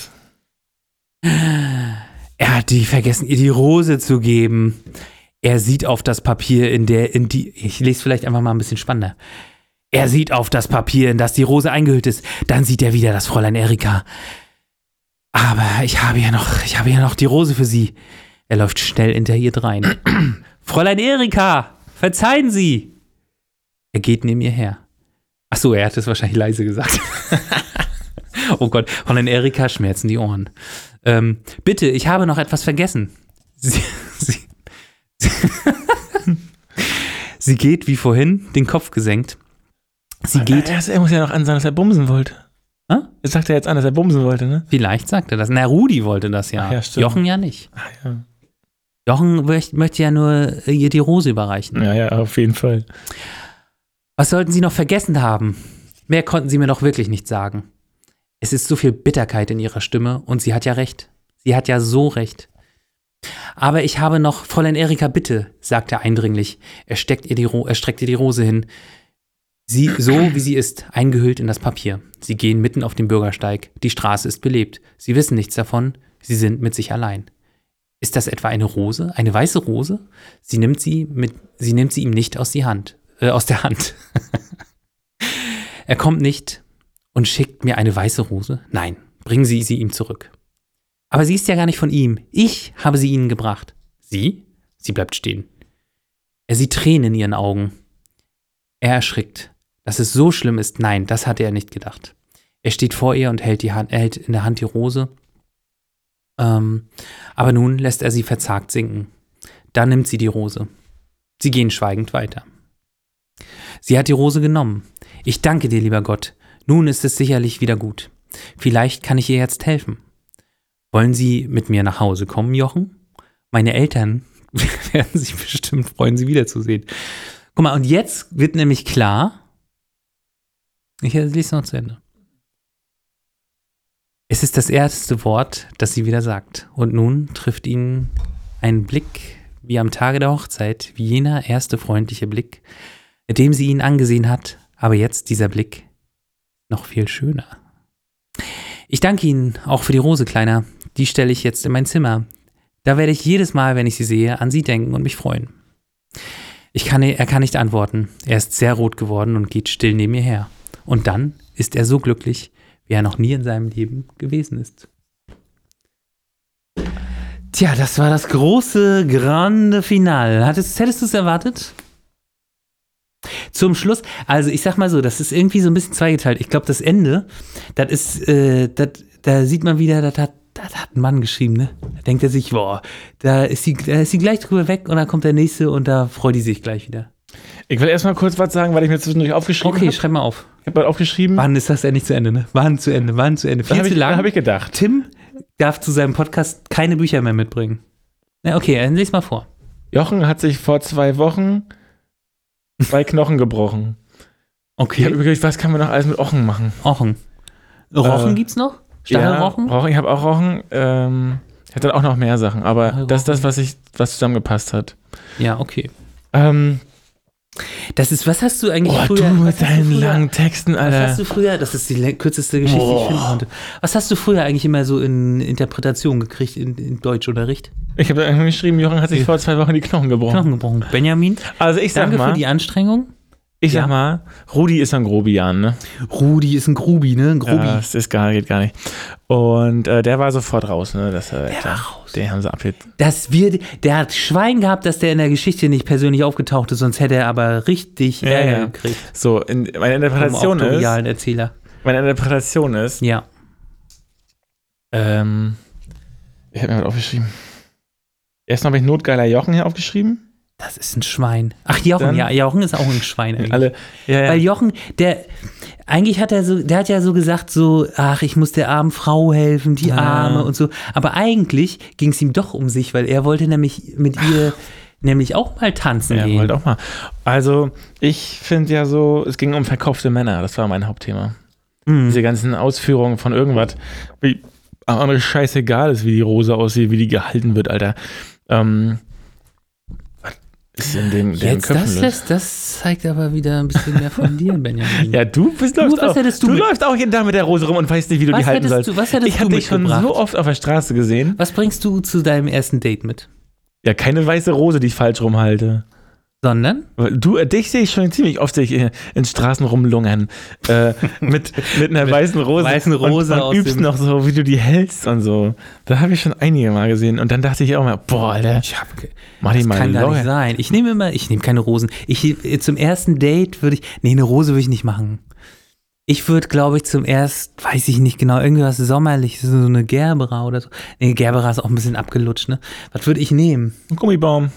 Er hat vergessen, ihr die Rose zu geben. Er sieht auf das Papier, ich lese vielleicht einfach mal ein bisschen spannender. Er sieht auf das Papier, in das die Rose eingehüllt ist. Dann sieht er wieder das Fräulein Erika. Aber ich habe ja noch die Rose für Sie. Er läuft schnell hinter ihr drein. Fräulein Erika, verzeihen Sie. Er geht neben ihr her. Ach so, er hat es wahrscheinlich leise gesagt. Oh Gott, Fräulein Erika schmerzen die Ohren. Bitte, ich habe noch etwas vergessen. Sie geht wie vorhin, den Kopf gesenkt. Er muss ja noch ansagen, dass er bumsen wollte. Jetzt sagt er jetzt an, dass er bumsen wollte, ne? Vielleicht sagt er das. Na, Rudi wollte das ja. Ach ja, stimmt. Jochen ja nicht. Ach ja. Jochen möchte ja nur ihr die Rose überreichen. Ja, auf jeden Fall. Was sollten Sie noch vergessen haben? Mehr konnten Sie mir doch wirklich nicht sagen. Es ist so viel Bitterkeit in ihrer Stimme und sie hat ja recht. Sie hat ja so recht. Aber ich habe noch, Fräulein Erika, bitte, sagt er eindringlich. Er streckt ihr die Rose hin. Sie, so wie sie ist, eingehüllt in das Papier. Sie gehen mitten auf dem Bürgersteig. Die Straße ist belebt. Sie wissen nichts davon. Sie sind mit sich allein. Ist das etwa eine Rose? Eine weiße Rose? Sie nimmt sie ihm nicht aus der Hand. Er kommt nicht und schickt mir eine weiße Rose. Nein, bringen Sie sie ihm zurück. Aber sie ist ja gar nicht von ihm. Ich habe sie Ihnen gebracht. Sie? Sie bleibt stehen. Er sieht Tränen in ihren Augen. Er erschrickt. Dass es so schlimm ist, nein, das hatte er nicht gedacht. Er steht vor ihr und hält in der Hand die Rose. Aber nun lässt er sie verzagt sinken. Dann nimmt sie die Rose. Sie gehen schweigend weiter. Sie hat die Rose genommen. Ich danke dir, lieber Gott. Nun ist es sicherlich wieder gut. Vielleicht kann ich ihr jetzt helfen. Wollen Sie mit mir nach Hause kommen, Jochen? Meine Eltern werden sich bestimmt freuen, Sie wiederzusehen. Guck mal, und jetzt wird nämlich klar, ich lese noch zu Ende. Es ist das erste Wort, das sie wieder sagt. Und nun trifft ihn ein Blick wie am Tage der Hochzeit, wie jener erste freundliche Blick, mit dem sie ihn angesehen hat. Aber jetzt dieser Blick noch viel schöner. Ich danke Ihnen auch für die Rose, Kleiner. Die stelle ich jetzt in mein Zimmer. Da werde ich jedes Mal, wenn ich sie sehe, an Sie denken und mich freuen. Er kann nicht antworten. Er ist sehr rot geworden und geht still neben mir her. Und dann ist er so glücklich, wie er noch nie in seinem Leben gewesen ist. Tja, das war das große, grande Finale. Hättest du es erwartet? Zum Schluss, also ich sag mal so, das ist irgendwie so ein bisschen zweigeteilt. Ich glaube, das Ende, das ist, da sieht man wieder, das hat ein Mann geschrieben, ne? Da denkt er sich, boah, da ist sie gleich drüber weg und dann kommt der nächste und da freut die sich gleich wieder. Ich will erstmal kurz was sagen, weil ich mir zwischendurch aufgeschrieben habe. Okay, schreib mal auf. Ich habe mal aufgeschrieben. Wann ist das endlich zu Ende, ne? Wann zu Ende. Viel zu lang. Habe ich gedacht. Tim darf zu seinem Podcast keine Bücher mehr mitbringen. Na, okay, dann lese mal vor. Jochen hat sich vor 2 Wochen 2 Knochen gebrochen. Okay. Ich habe überlegt, was kann man noch alles mit Ochen machen? Rochen. Rochen gibt's noch? Stachelrochen? Ja, Rochen, ich habe auch Rochen. Ich hatte dann auch noch mehr Sachen, aber das ist das, was zusammengepasst hat. Ja, okay. Das ist, was hast du eigentlich früher? Du mit deinen langen Texten, Alter. Was hast du früher? Das ist die kürzeste Geschichte, die ich finden konnte. Was hast du früher eigentlich immer so in Interpretation gekriegt in Deutschunterricht? Ich habe da irgendwann geschrieben, Jochen hat sich vor 2 Wochen die Knochen gebrochen. Benjamin, also ich sag danke mal, für die Anstrengung. Ich sag mal, Rudi ist ein Grobian, ne? Rudi ist ein Grubi, ne? Ein Grubi. Ja, das geht gar nicht. Und der war sofort raus, ne? Der war raus. Den haben sie abgehört. Der hat Schwein gehabt, dass der in der Geschichte nicht persönlich aufgetaucht ist, sonst hätte er aber richtig Ärger gekriegt. So, meine Interpretation Erzähler. Meine Interpretation ist. Ja. Ich habe mir was aufgeschrieben. Erst habe ich Notgeiler Jochen hier aufgeschrieben. Das ist ein Schwein. Ach, Jochen, ja, Jochen ist auch ein Schwein eigentlich. Weil Jochen, der hat ja so gesagt, ach, ich muss der armen Frau helfen, die Arme und so. Aber eigentlich ging es ihm doch um sich, weil er wollte nämlich mit ihr auch mal tanzen gehen. Ja, wollte auch mal. Also, ich finde ja so, es ging um verkaufte Männer, das war mein Hauptthema. Diese ganzen Ausführungen von irgendwas, wie andere scheißegal ist, wie die Rose aussieht, wie die gehalten wird, Alter. Ist in den Köpfen das zeigt aber wieder ein bisschen mehr von dir, Benjamin. Ja, du läufst auch jeden Tag mit der Rose rum und weißt nicht, wie du die halten sollst. Ich habe dich schon so oft auf der Straße gesehen. Was bringst du zu deinem ersten Date mit? Ja, keine weiße Rose, die ich falsch rumhalte. Sondern? Dich sehe ich schon ziemlich oft in Straßen rumlungern. Mit einer weißen Rose und übst noch so, wie du die hältst und so. Da habe ich schon einige Mal gesehen. Und dann dachte ich auch mal, boah, Alter, mach die mal kann gar nicht sein. Ich nehme keine Rosen. Zum ersten Date eine Rose würde ich nicht machen. Ich würde, glaube ich, weiß ich nicht genau, irgendwas Sommerliches, so eine Gerbera oder so. Nee, Gerbera ist auch ein bisschen abgelutscht, ne? Was würde ich nehmen? Ein Gummibaum.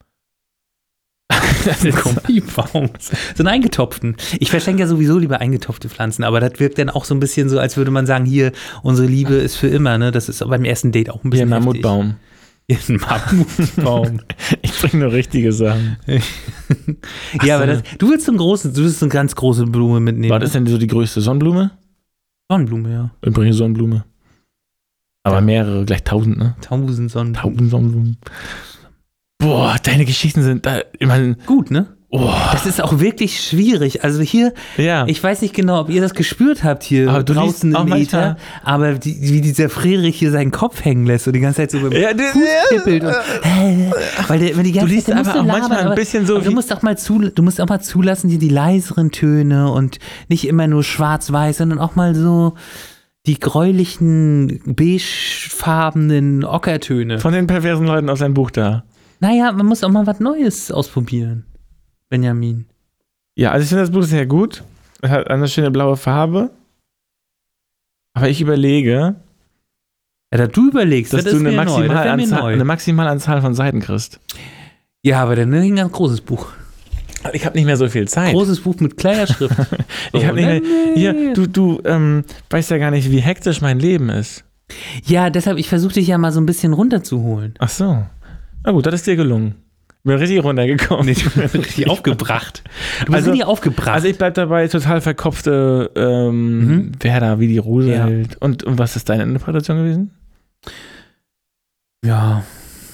Gummibaum. So einen eingetopften. Ich verschenke ja sowieso lieber eingetopfte Pflanzen, aber das wirkt dann auch so ein bisschen so, als würde man sagen, hier, unsere Liebe ist für immer, ne? Das ist beim ersten Date auch ein bisschen heftig. Mammutbaum. Ein Mammutbaum. Ich bringe nur richtige Sachen. Ja, aber du willst eine ganz große Blume mitnehmen. Was ist denn so die größte Sonnenblume? Sonnenblume, ja. Ich bringe Sonnenblume. Aber mehrere, gleich 1000, ne? 1000 Sonnenblumen. 1000 Sonnenblumen. Boah, deine Geschichten sind da, ich meine, gut, ne? Oh. Das ist auch wirklich schwierig. Also hier, ich weiß nicht genau, ob ihr das gespürt habt hier aber draußen im Meter, aber wie dieser Friedrich hier seinen Kopf hängen lässt und die ganze Zeit so beim Fuß tippelt. Weil wenn die ganze Zeit aber auch manchmal ein bisschen so. Du musst auch mal zulassen, hier die leiseren Töne und nicht immer nur schwarz-weiß, sondern auch mal so die gräulichen, beigefarbenen Ockertöne. Von den perversen Leuten aus seinem Buch da. Naja, man muss auch mal was Neues ausprobieren, Benjamin. Ja, also ich finde das Buch sehr gut. Es hat eine schöne blaue Farbe. Aber ich überlege, du überlegst, dass du eine Maximalanzahl von Seiten kriegst. Ja, aber dann ein ganz großes Buch. Ich habe nicht mehr so viel Zeit. Großes Buch mit kleiner Schrift. Ich habe nicht mehr. Hier, du weißt ja gar nicht, wie hektisch mein Leben ist. Ja, deshalb, ich versuche dich ja mal so ein bisschen runterzuholen. Ach so. Na gut, das ist dir gelungen. Ich bin richtig runtergekommen. Nee, du bist richtig aufgebracht. Du bist richtig aufgebracht. Also ich bleib dabei, total verkopfte Werder, wie die Rose hält. Und was ist deine Interpretation gewesen? Ja.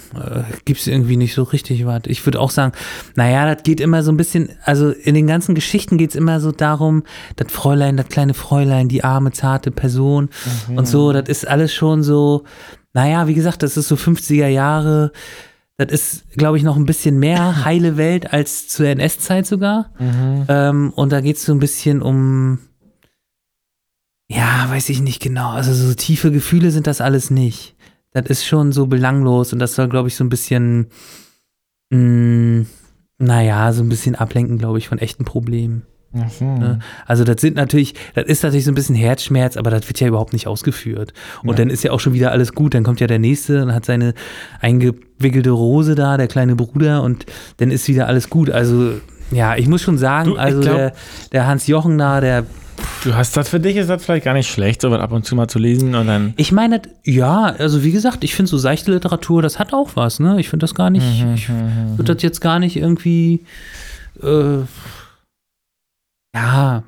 gibt es irgendwie nicht so richtig was. Ich würde auch sagen, naja, das geht immer so ein bisschen, also in den ganzen Geschichten geht es immer so darum, das Fräulein, das kleine Fräulein, die arme, zarte Person und so, das ist alles schon so, naja, wie gesagt, das ist so 50er Jahre, das ist, glaube ich, noch ein bisschen mehr heile Welt als zur NS-Zeit sogar. Und da geht es so ein bisschen um, ja, weiß ich nicht genau, also so tiefe Gefühle sind das alles nicht. Das ist schon so belanglos und das soll, glaube ich, so ein bisschen, naja, so ein bisschen ablenken, glaube ich, von echten Problemen. Ne? Also das ist natürlich so ein bisschen Herzschmerz, aber das wird ja überhaupt nicht ausgeführt. Und dann ist ja auch schon wieder alles gut, dann kommt ja der Nächste und hat seine eingewickelte Rose da, der kleine Bruder, und dann ist wieder alles gut. Also ja, ich muss schon sagen, der Hans-Jochen da, Du hast das für dich, ist das vielleicht gar nicht schlecht, sowas ab und zu mal zu lesen und dann. Ich meine, ja, also wie gesagt, ich finde so seichte Literatur, das hat auch was, ne? Ich finde das gar nicht, ich würde das jetzt gar nicht irgendwie, ja.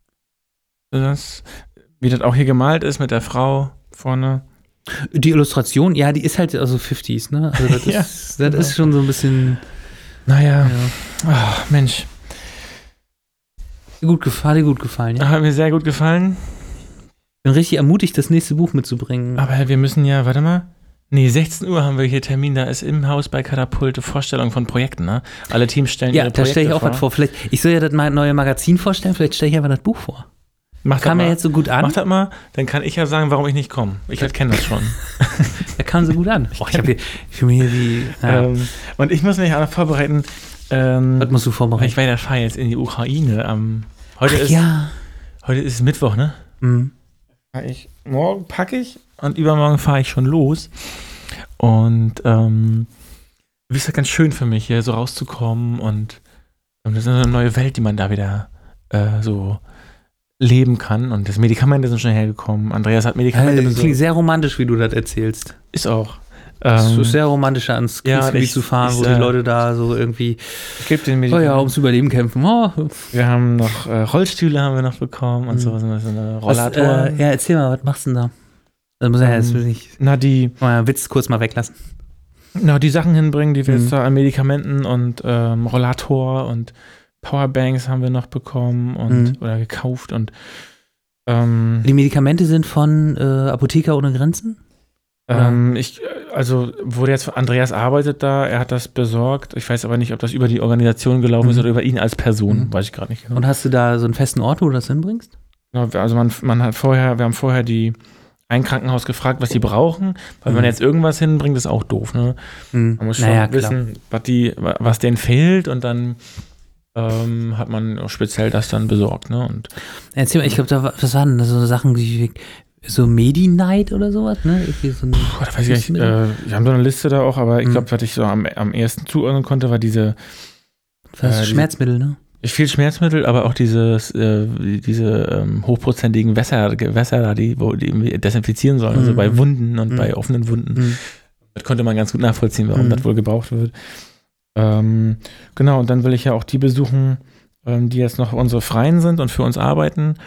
Wie das auch hier gemalt ist mit der Frau vorne. Die Illustration, ja, die ist halt also 50s, ne? Also das, das ist schon so ein bisschen. Naja, ach, Mensch. Hat dir gut gefallen, ja? Hat mir sehr gut gefallen. Bin richtig ermutigt, das nächste Buch mitzubringen. Aber wir müssen ja, warte mal. Nee, 16 Uhr haben wir hier Termin, da ist im Haus bei Katapulte Vorstellung von Projekten, ne? Alle Teams stellen ihre Projekte vor. Ja, da stelle ich auch was vor. Vielleicht, ich soll ja das neue Magazin vorstellen, vielleicht stelle ich einfach das Buch vor. Kam mir jetzt so gut an. Mach das mal, dann kann ich ja sagen, warum ich nicht komme. Ich kenne das schon. Der kam so gut an. Oh, ich habe hier für mich die. Ja. Und ich muss mich auch noch vorbereiten. Was musst du vorbereiten? Ich fahre jetzt in die Ukraine. Heute ist Mittwoch, ne? Morgen packe ich und übermorgen fahre ich schon los. Und ist ja ganz schön für mich, hier so rauszukommen. Und das ist eine neue Welt, die man da wieder so leben kann. Und das Medikamente sind schon hergekommen. Andreas hat Medikamente besorgt. Klingt sehr romantisch, wie du das erzählst. Ist auch. Es ist sehr romantisch, ans Kriegsgebiet zu fahren, wo die Leute da so irgendwie ums Überleben kämpfen. Oh. Wir haben noch Rollstühle bekommen und so. Eine Rollator. Ja, erzähl mal, was machst du denn da? Das muss ja jetzt nicht. Witz kurz mal weglassen. Die Sachen hinbringen, die wir jetzt da an Medikamenten und Rollator und Powerbanks haben wir noch bekommen oder gekauft. Und die Medikamente sind von Apotheker ohne Grenzen? Wo jetzt Andreas arbeitet da, er hat das besorgt. Ich weiß aber nicht, ob das über die Organisation gelaufen ist oder über ihn als Person, weiß ich gerade nicht genau. Und hast du da so einen festen Ort, wo du das hinbringst? Ja, also wir haben vorher ein Krankenhaus gefragt, was die brauchen, weil wenn man jetzt irgendwas hinbringt, ist auch doof, ne? Man muss schon wissen, was denen fehlt und dann hat man speziell das dann besorgt, ne? Und erzähl mal, ich glaube, was waren das so Sachen, wie so Medi-Night oder sowas, ne? So da weiß ich nicht. Wir haben so eine Liste da auch, aber ich glaube, was ich so am ersten zuordnen konnte, war diese Schmerzmittel, ne? Viel Schmerzmittel, aber auch diese hochprozentigen Wässer da, die desinfizieren sollen, also bei Wunden und bei offenen Wunden. Das konnte man ganz gut nachvollziehen, warum das wohl gebraucht wird. Genau, und dann will ich ja auch die besuchen, die jetzt noch unsere Freien sind und für uns arbeiten.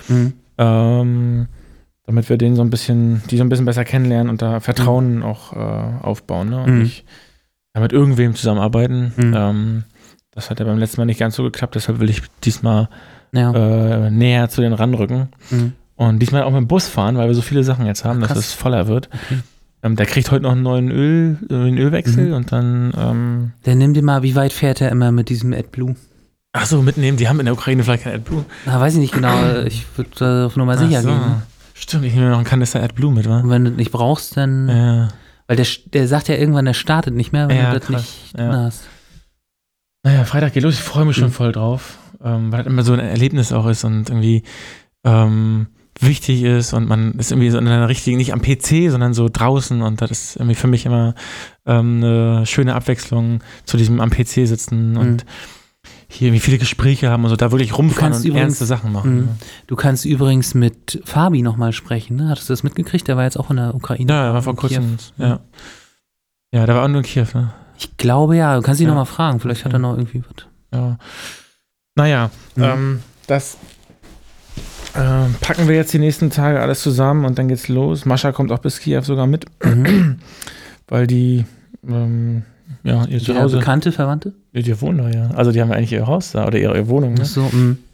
Damit wir die so ein bisschen besser kennenlernen und da Vertrauen auch aufbauen, ne? Und nicht mit irgendwem zusammenarbeiten. Das hat ja beim letzten Mal nicht ganz so geklappt, deshalb will ich diesmal näher zu denen ranrücken. Und diesmal auch mit dem Bus fahren, weil wir so viele Sachen jetzt haben, dass es voller wird. Okay. Der kriegt heute noch einen neuen Ölwechsel und dann. Der nimmt dir mal, wie weit fährt er immer mit diesem AdBlue? Ach so, mitnehmen, die haben in der Ukraine vielleicht kein AdBlue. Na, weiß ich nicht genau, ich würde auf Nummer sicher gehen. Stimmt, ich nehme noch einen Kanister AdBlue mit, wa? Und wenn du das nicht brauchst, dann. Ja. Weil der sagt ja irgendwann, der startet nicht mehr, wenn du das nicht drin hast. Naja, Freitag geht los, ich freue mich schon voll drauf, weil das immer so ein Erlebnis auch ist und irgendwie wichtig ist und man ist irgendwie so in einer richtigen, nicht am PC, sondern so draußen und das ist irgendwie für mich immer eine schöne Abwechslung zu diesem am PC sitzen und hier wie viele Gespräche haben und so, da wirklich rumfahren und ernste Sachen machen. Du kannst übrigens mit Fabi nochmal sprechen, ne? Hattest du das mitgekriegt? Der war jetzt auch in der Ukraine. Ja, er war vor kurzem, ja. Ja, der war auch nur in Kiew, ne? Ich glaube ja, du kannst ihn nochmal fragen, vielleicht hat er noch irgendwie was. Ja. Naja, das packen wir jetzt die nächsten Tage alles zusammen und dann geht's los. Mascha kommt auch bis Kiew sogar mit, weil die Ja, ihr Ja, Zuhause. Bekannte, Verwandte? Die wohnen da, ja. Also die haben eigentlich ihr Haus da oder ihre Wohnung. Ne? Ach so,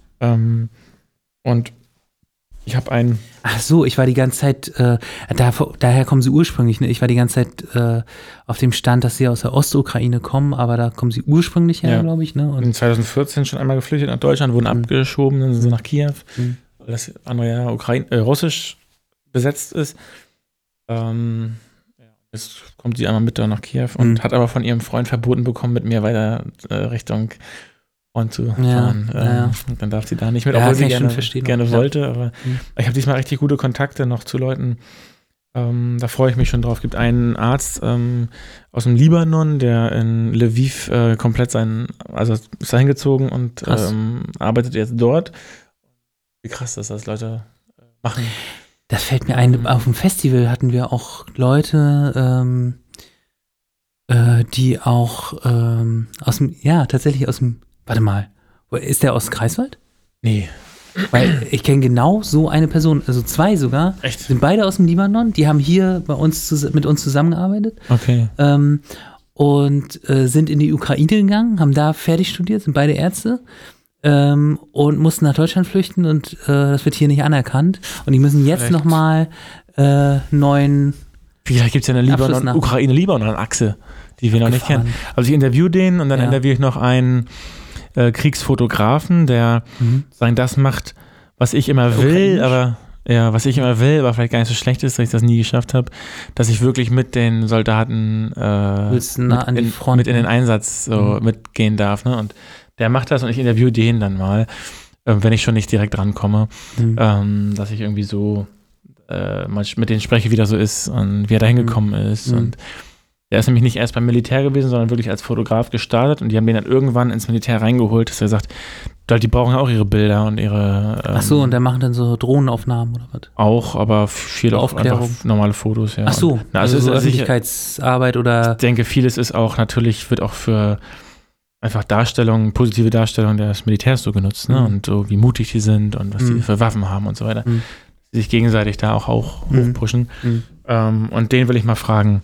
Und ich habe einen. Ach so, ich war die ganze Zeit, daher kommen sie ursprünglich, ne? Ich war die ganze Zeit auf dem Stand, dass sie aus der Ostukraine kommen, aber da kommen sie ursprünglich her, Ja. glaube ich, ne? Und In 2014 schon einmal geflüchtet nach Deutschland, wurden abgeschoben, dann sind sie nach Kiew, weil das andere Jahr russisch besetzt ist. Jetzt kommt sie einmal mit da nach Kiew und hat aber von ihrem Freund verboten bekommen, mit mir weiter Richtung Front zu fahren. ja. Dann darf sie da nicht mit, Ja, obwohl kann sie ich schon verstehen. gerne Ja. wollte. Aber ich habe diesmal richtig gute Kontakte noch zu Leuten. Da freue ich mich schon drauf. Es gibt einen Arzt aus dem Libanon, der in Lviv komplett also ist da hingezogen und arbeitet jetzt dort. Wie krass, dass das Leute machen. Das fällt mir ein, auf dem Festival hatten wir auch Leute, die auch tatsächlich aus dem, warte mal, ist der aus Greifswald? Nee. Weil ich kenne genau so eine Person, also 2 sogar, Echt? sind beide aus dem Libanon, die haben hier mit uns zusammengearbeitet Okay. und sind in die Ukraine gegangen, haben da fertig studiert, sind beide Ärzte und mussten nach Deutschland flüchten und das wird hier nicht anerkannt und die müssen jetzt nochmal neuen Vielleicht gibt es ja eine Abschluss nach- Ukraine-Libanon-Achse, die wir noch nicht Gefahren. kennen. Also ich interview den und dann Ja. interviewe ich noch einen Kriegsfotografen, der sagen, das macht, was ich immer will, Ukrainisch? aber vielleicht gar nicht so schlecht ist, dass ich das nie geschafft habe, dass ich wirklich mit den Soldaten Willst du nah an die Front? mit in den Einsatz so mitgehen darf. Ne? Und der macht das und ich interview den dann mal, wenn ich schon nicht direkt rankomme, dass ich irgendwie so mal mit denen spreche, wie das so ist und wie er da hingekommen ist. Und der ist nämlich nicht erst beim Militär gewesen, sondern wirklich als Fotograf gestartet und die haben den dann irgendwann ins Militär reingeholt, dass er sagt, die brauchen ja auch ihre Bilder und ihre Ach so, und der machen dann so Drohnenaufnahmen oder was? auch, aber viel auch Aufklärung. einfach normale Fotos, ja. Ach so, Und, also so sicher, Öffentlichkeitsarbeit oder ich denke, vieles ist auch natürlich, wird auch für einfach positive Darstellung des Militärs so genutzt, ne? Und so wie mutig die sind und was die für Waffen haben und so weiter. Die sich gegenseitig da auch hochpushen. Und den will ich mal fragen,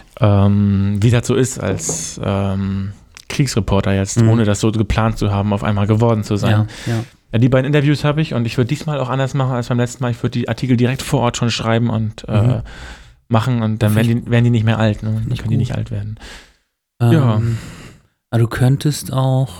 wie das so ist als Kriegsreporter jetzt, ohne das so geplant zu haben, auf einmal geworden zu sein. Ja, die beiden Interviews habe ich und ich würde diesmal auch anders machen als beim letzten Mal. Ich würde die Artikel direkt vor Ort schon schreiben und machen und dann werden die nicht mehr alt. Ne? Dann können die nicht alt werden. Ja. Aber du könntest auch,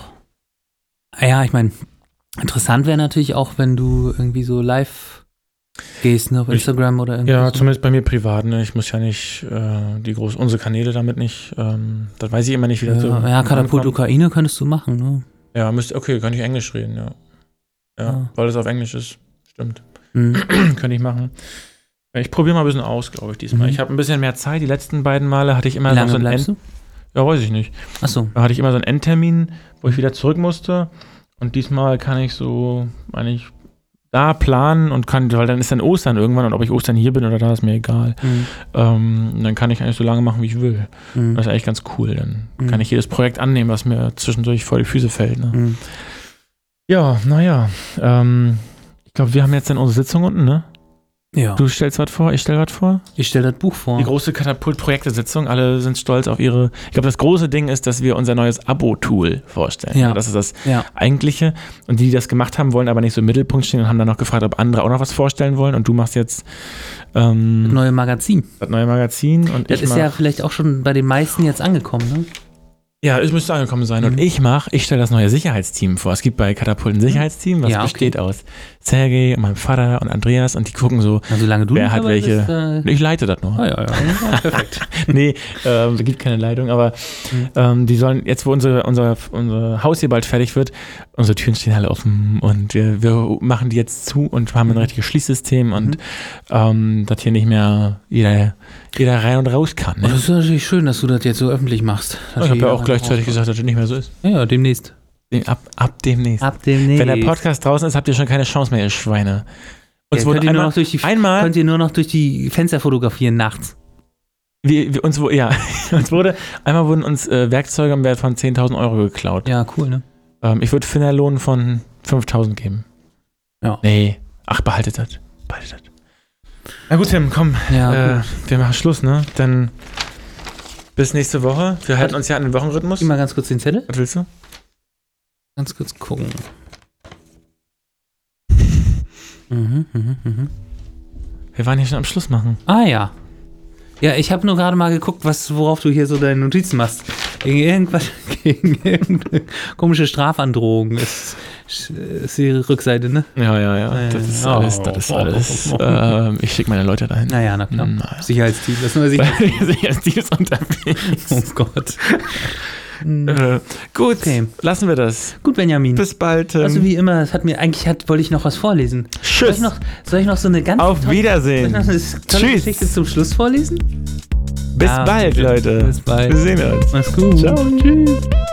ich meine, interessant wäre natürlich auch, wenn du irgendwie so live gehst, ne, auf Instagram oder irgendwas. Ja, zumindest bei mir privat. Ne? Ich muss ja nicht unsere Kanäle damit nicht, das weiß ich immer nicht, wie das so Ja, Katapult ankommt. Ukraine könntest du machen, ne? Ja, kann ich Englisch reden, ja. Ja, weil das auf Englisch ist. Stimmt. Könnte ich machen. Ich probiere mal ein bisschen aus, glaube ich, diesmal. Ich habe ein bisschen mehr Zeit. Die letzten beiden Male hatte ich immer Wie lange so einen bleibst du? Ja, weiß ich nicht. Ach so. Da hatte ich immer so einen Endtermin, wo ich wieder zurück musste. Und diesmal kann ich so eigentlich da planen und weil dann ist dann Ostern irgendwann und ob ich Ostern hier bin oder da, ist mir egal. Dann kann ich eigentlich so lange machen, wie ich will. Das ist eigentlich ganz cool. Dann kann ich jedes Projekt annehmen, was mir zwischendurch vor die Füße fällt. Ne? Ja, naja. Ich glaube, wir haben jetzt dann unsere Sitzung unten, ne? Ja. Du stellst was vor, ich stelle was vor. Ich stelle das Buch vor. Die große Katapult-Projekte-Sitzung, alle sind stolz auf ihre. Ich glaube, das große Ding ist, dass wir unser neues Abo-Tool vorstellen. Ja. Das ist das Eigentliche. Und die das gemacht haben, wollen aber nicht so im Mittelpunkt stehen und haben dann noch gefragt, ob andere auch noch was vorstellen wollen. Und du machst jetzt Das neue Magazin. das neue Magazin. Und Das ist ja vielleicht auch schon bei den meisten jetzt angekommen, ne? Ja, es müsste angekommen sein. Und ich stelle das neue Sicherheitsteam vor. Es gibt bei Katapult ein Sicherheitsteam, was besteht aus Sergej und meinem Vater und Andreas und die gucken so, solange du wer hat dabei welche. bist, Ich leite das nur. ja, perfekt. Nee, es gibt keine Leitung, aber die sollen, jetzt wo unser Haus hier bald fertig wird, unsere Türen stehen alle offen und wir machen die jetzt zu und haben ein richtiges Schließsystem und dass hier nicht mehr jeder rein und raus kann. Ne? Das ist natürlich schön, dass du das jetzt so öffentlich machst. Ich habe ja auch gleichzeitig gesagt, dass das nicht mehr so ist. Ja, demnächst. Ab demnächst. Ab demnächst. Wenn der Podcast draußen ist, habt ihr schon keine Chance mehr, ihr Schweine. Uns wurde könnt ihr nur noch durch die Fenster fotografieren nachts. Uns wurden uns Werkzeuge im Wert von 10.000 Euro geklaut. Ja, cool, ne? Ich würde Finderlohn von 5.000 geben. Ja. Nee, behaltet das. Na gut, Tim, komm. Ja, wir machen Schluss, ne? Dann Bis nächste Woche. Wir halten uns ja an den Wochenrhythmus. Gib mal ganz kurz den Zettel. Was willst du? Ganz kurz gucken. Wir waren hier schon am Schluss machen. Ah ja. Ja, ich habe nur gerade mal geguckt, worauf du hier so deine Notizen machst. Gegen irgendeine komische Strafandrohung ist die Rückseite, ne? Ja. Das ist alles. Ich schicke meine Leute dahin. Naja, na klar. Naja. Sicherheitsteam. Das ist nur Sicherheitsteam ist unterwegs. Oh Gott. Gut, Okay. lassen wir das. Gut, Benjamin. Bis bald. Also wie immer, wollte ich noch was vorlesen. Tschüss. Soll ich noch so eine ganz Auf Wiedersehen. Soll ich noch eine tolle Tschüss. Geschichte zum Schluss vorlesen? Bis Ja, bald, Leute. bis bald. Wir sehen uns. Mach's gut. Ciao. Tschüss.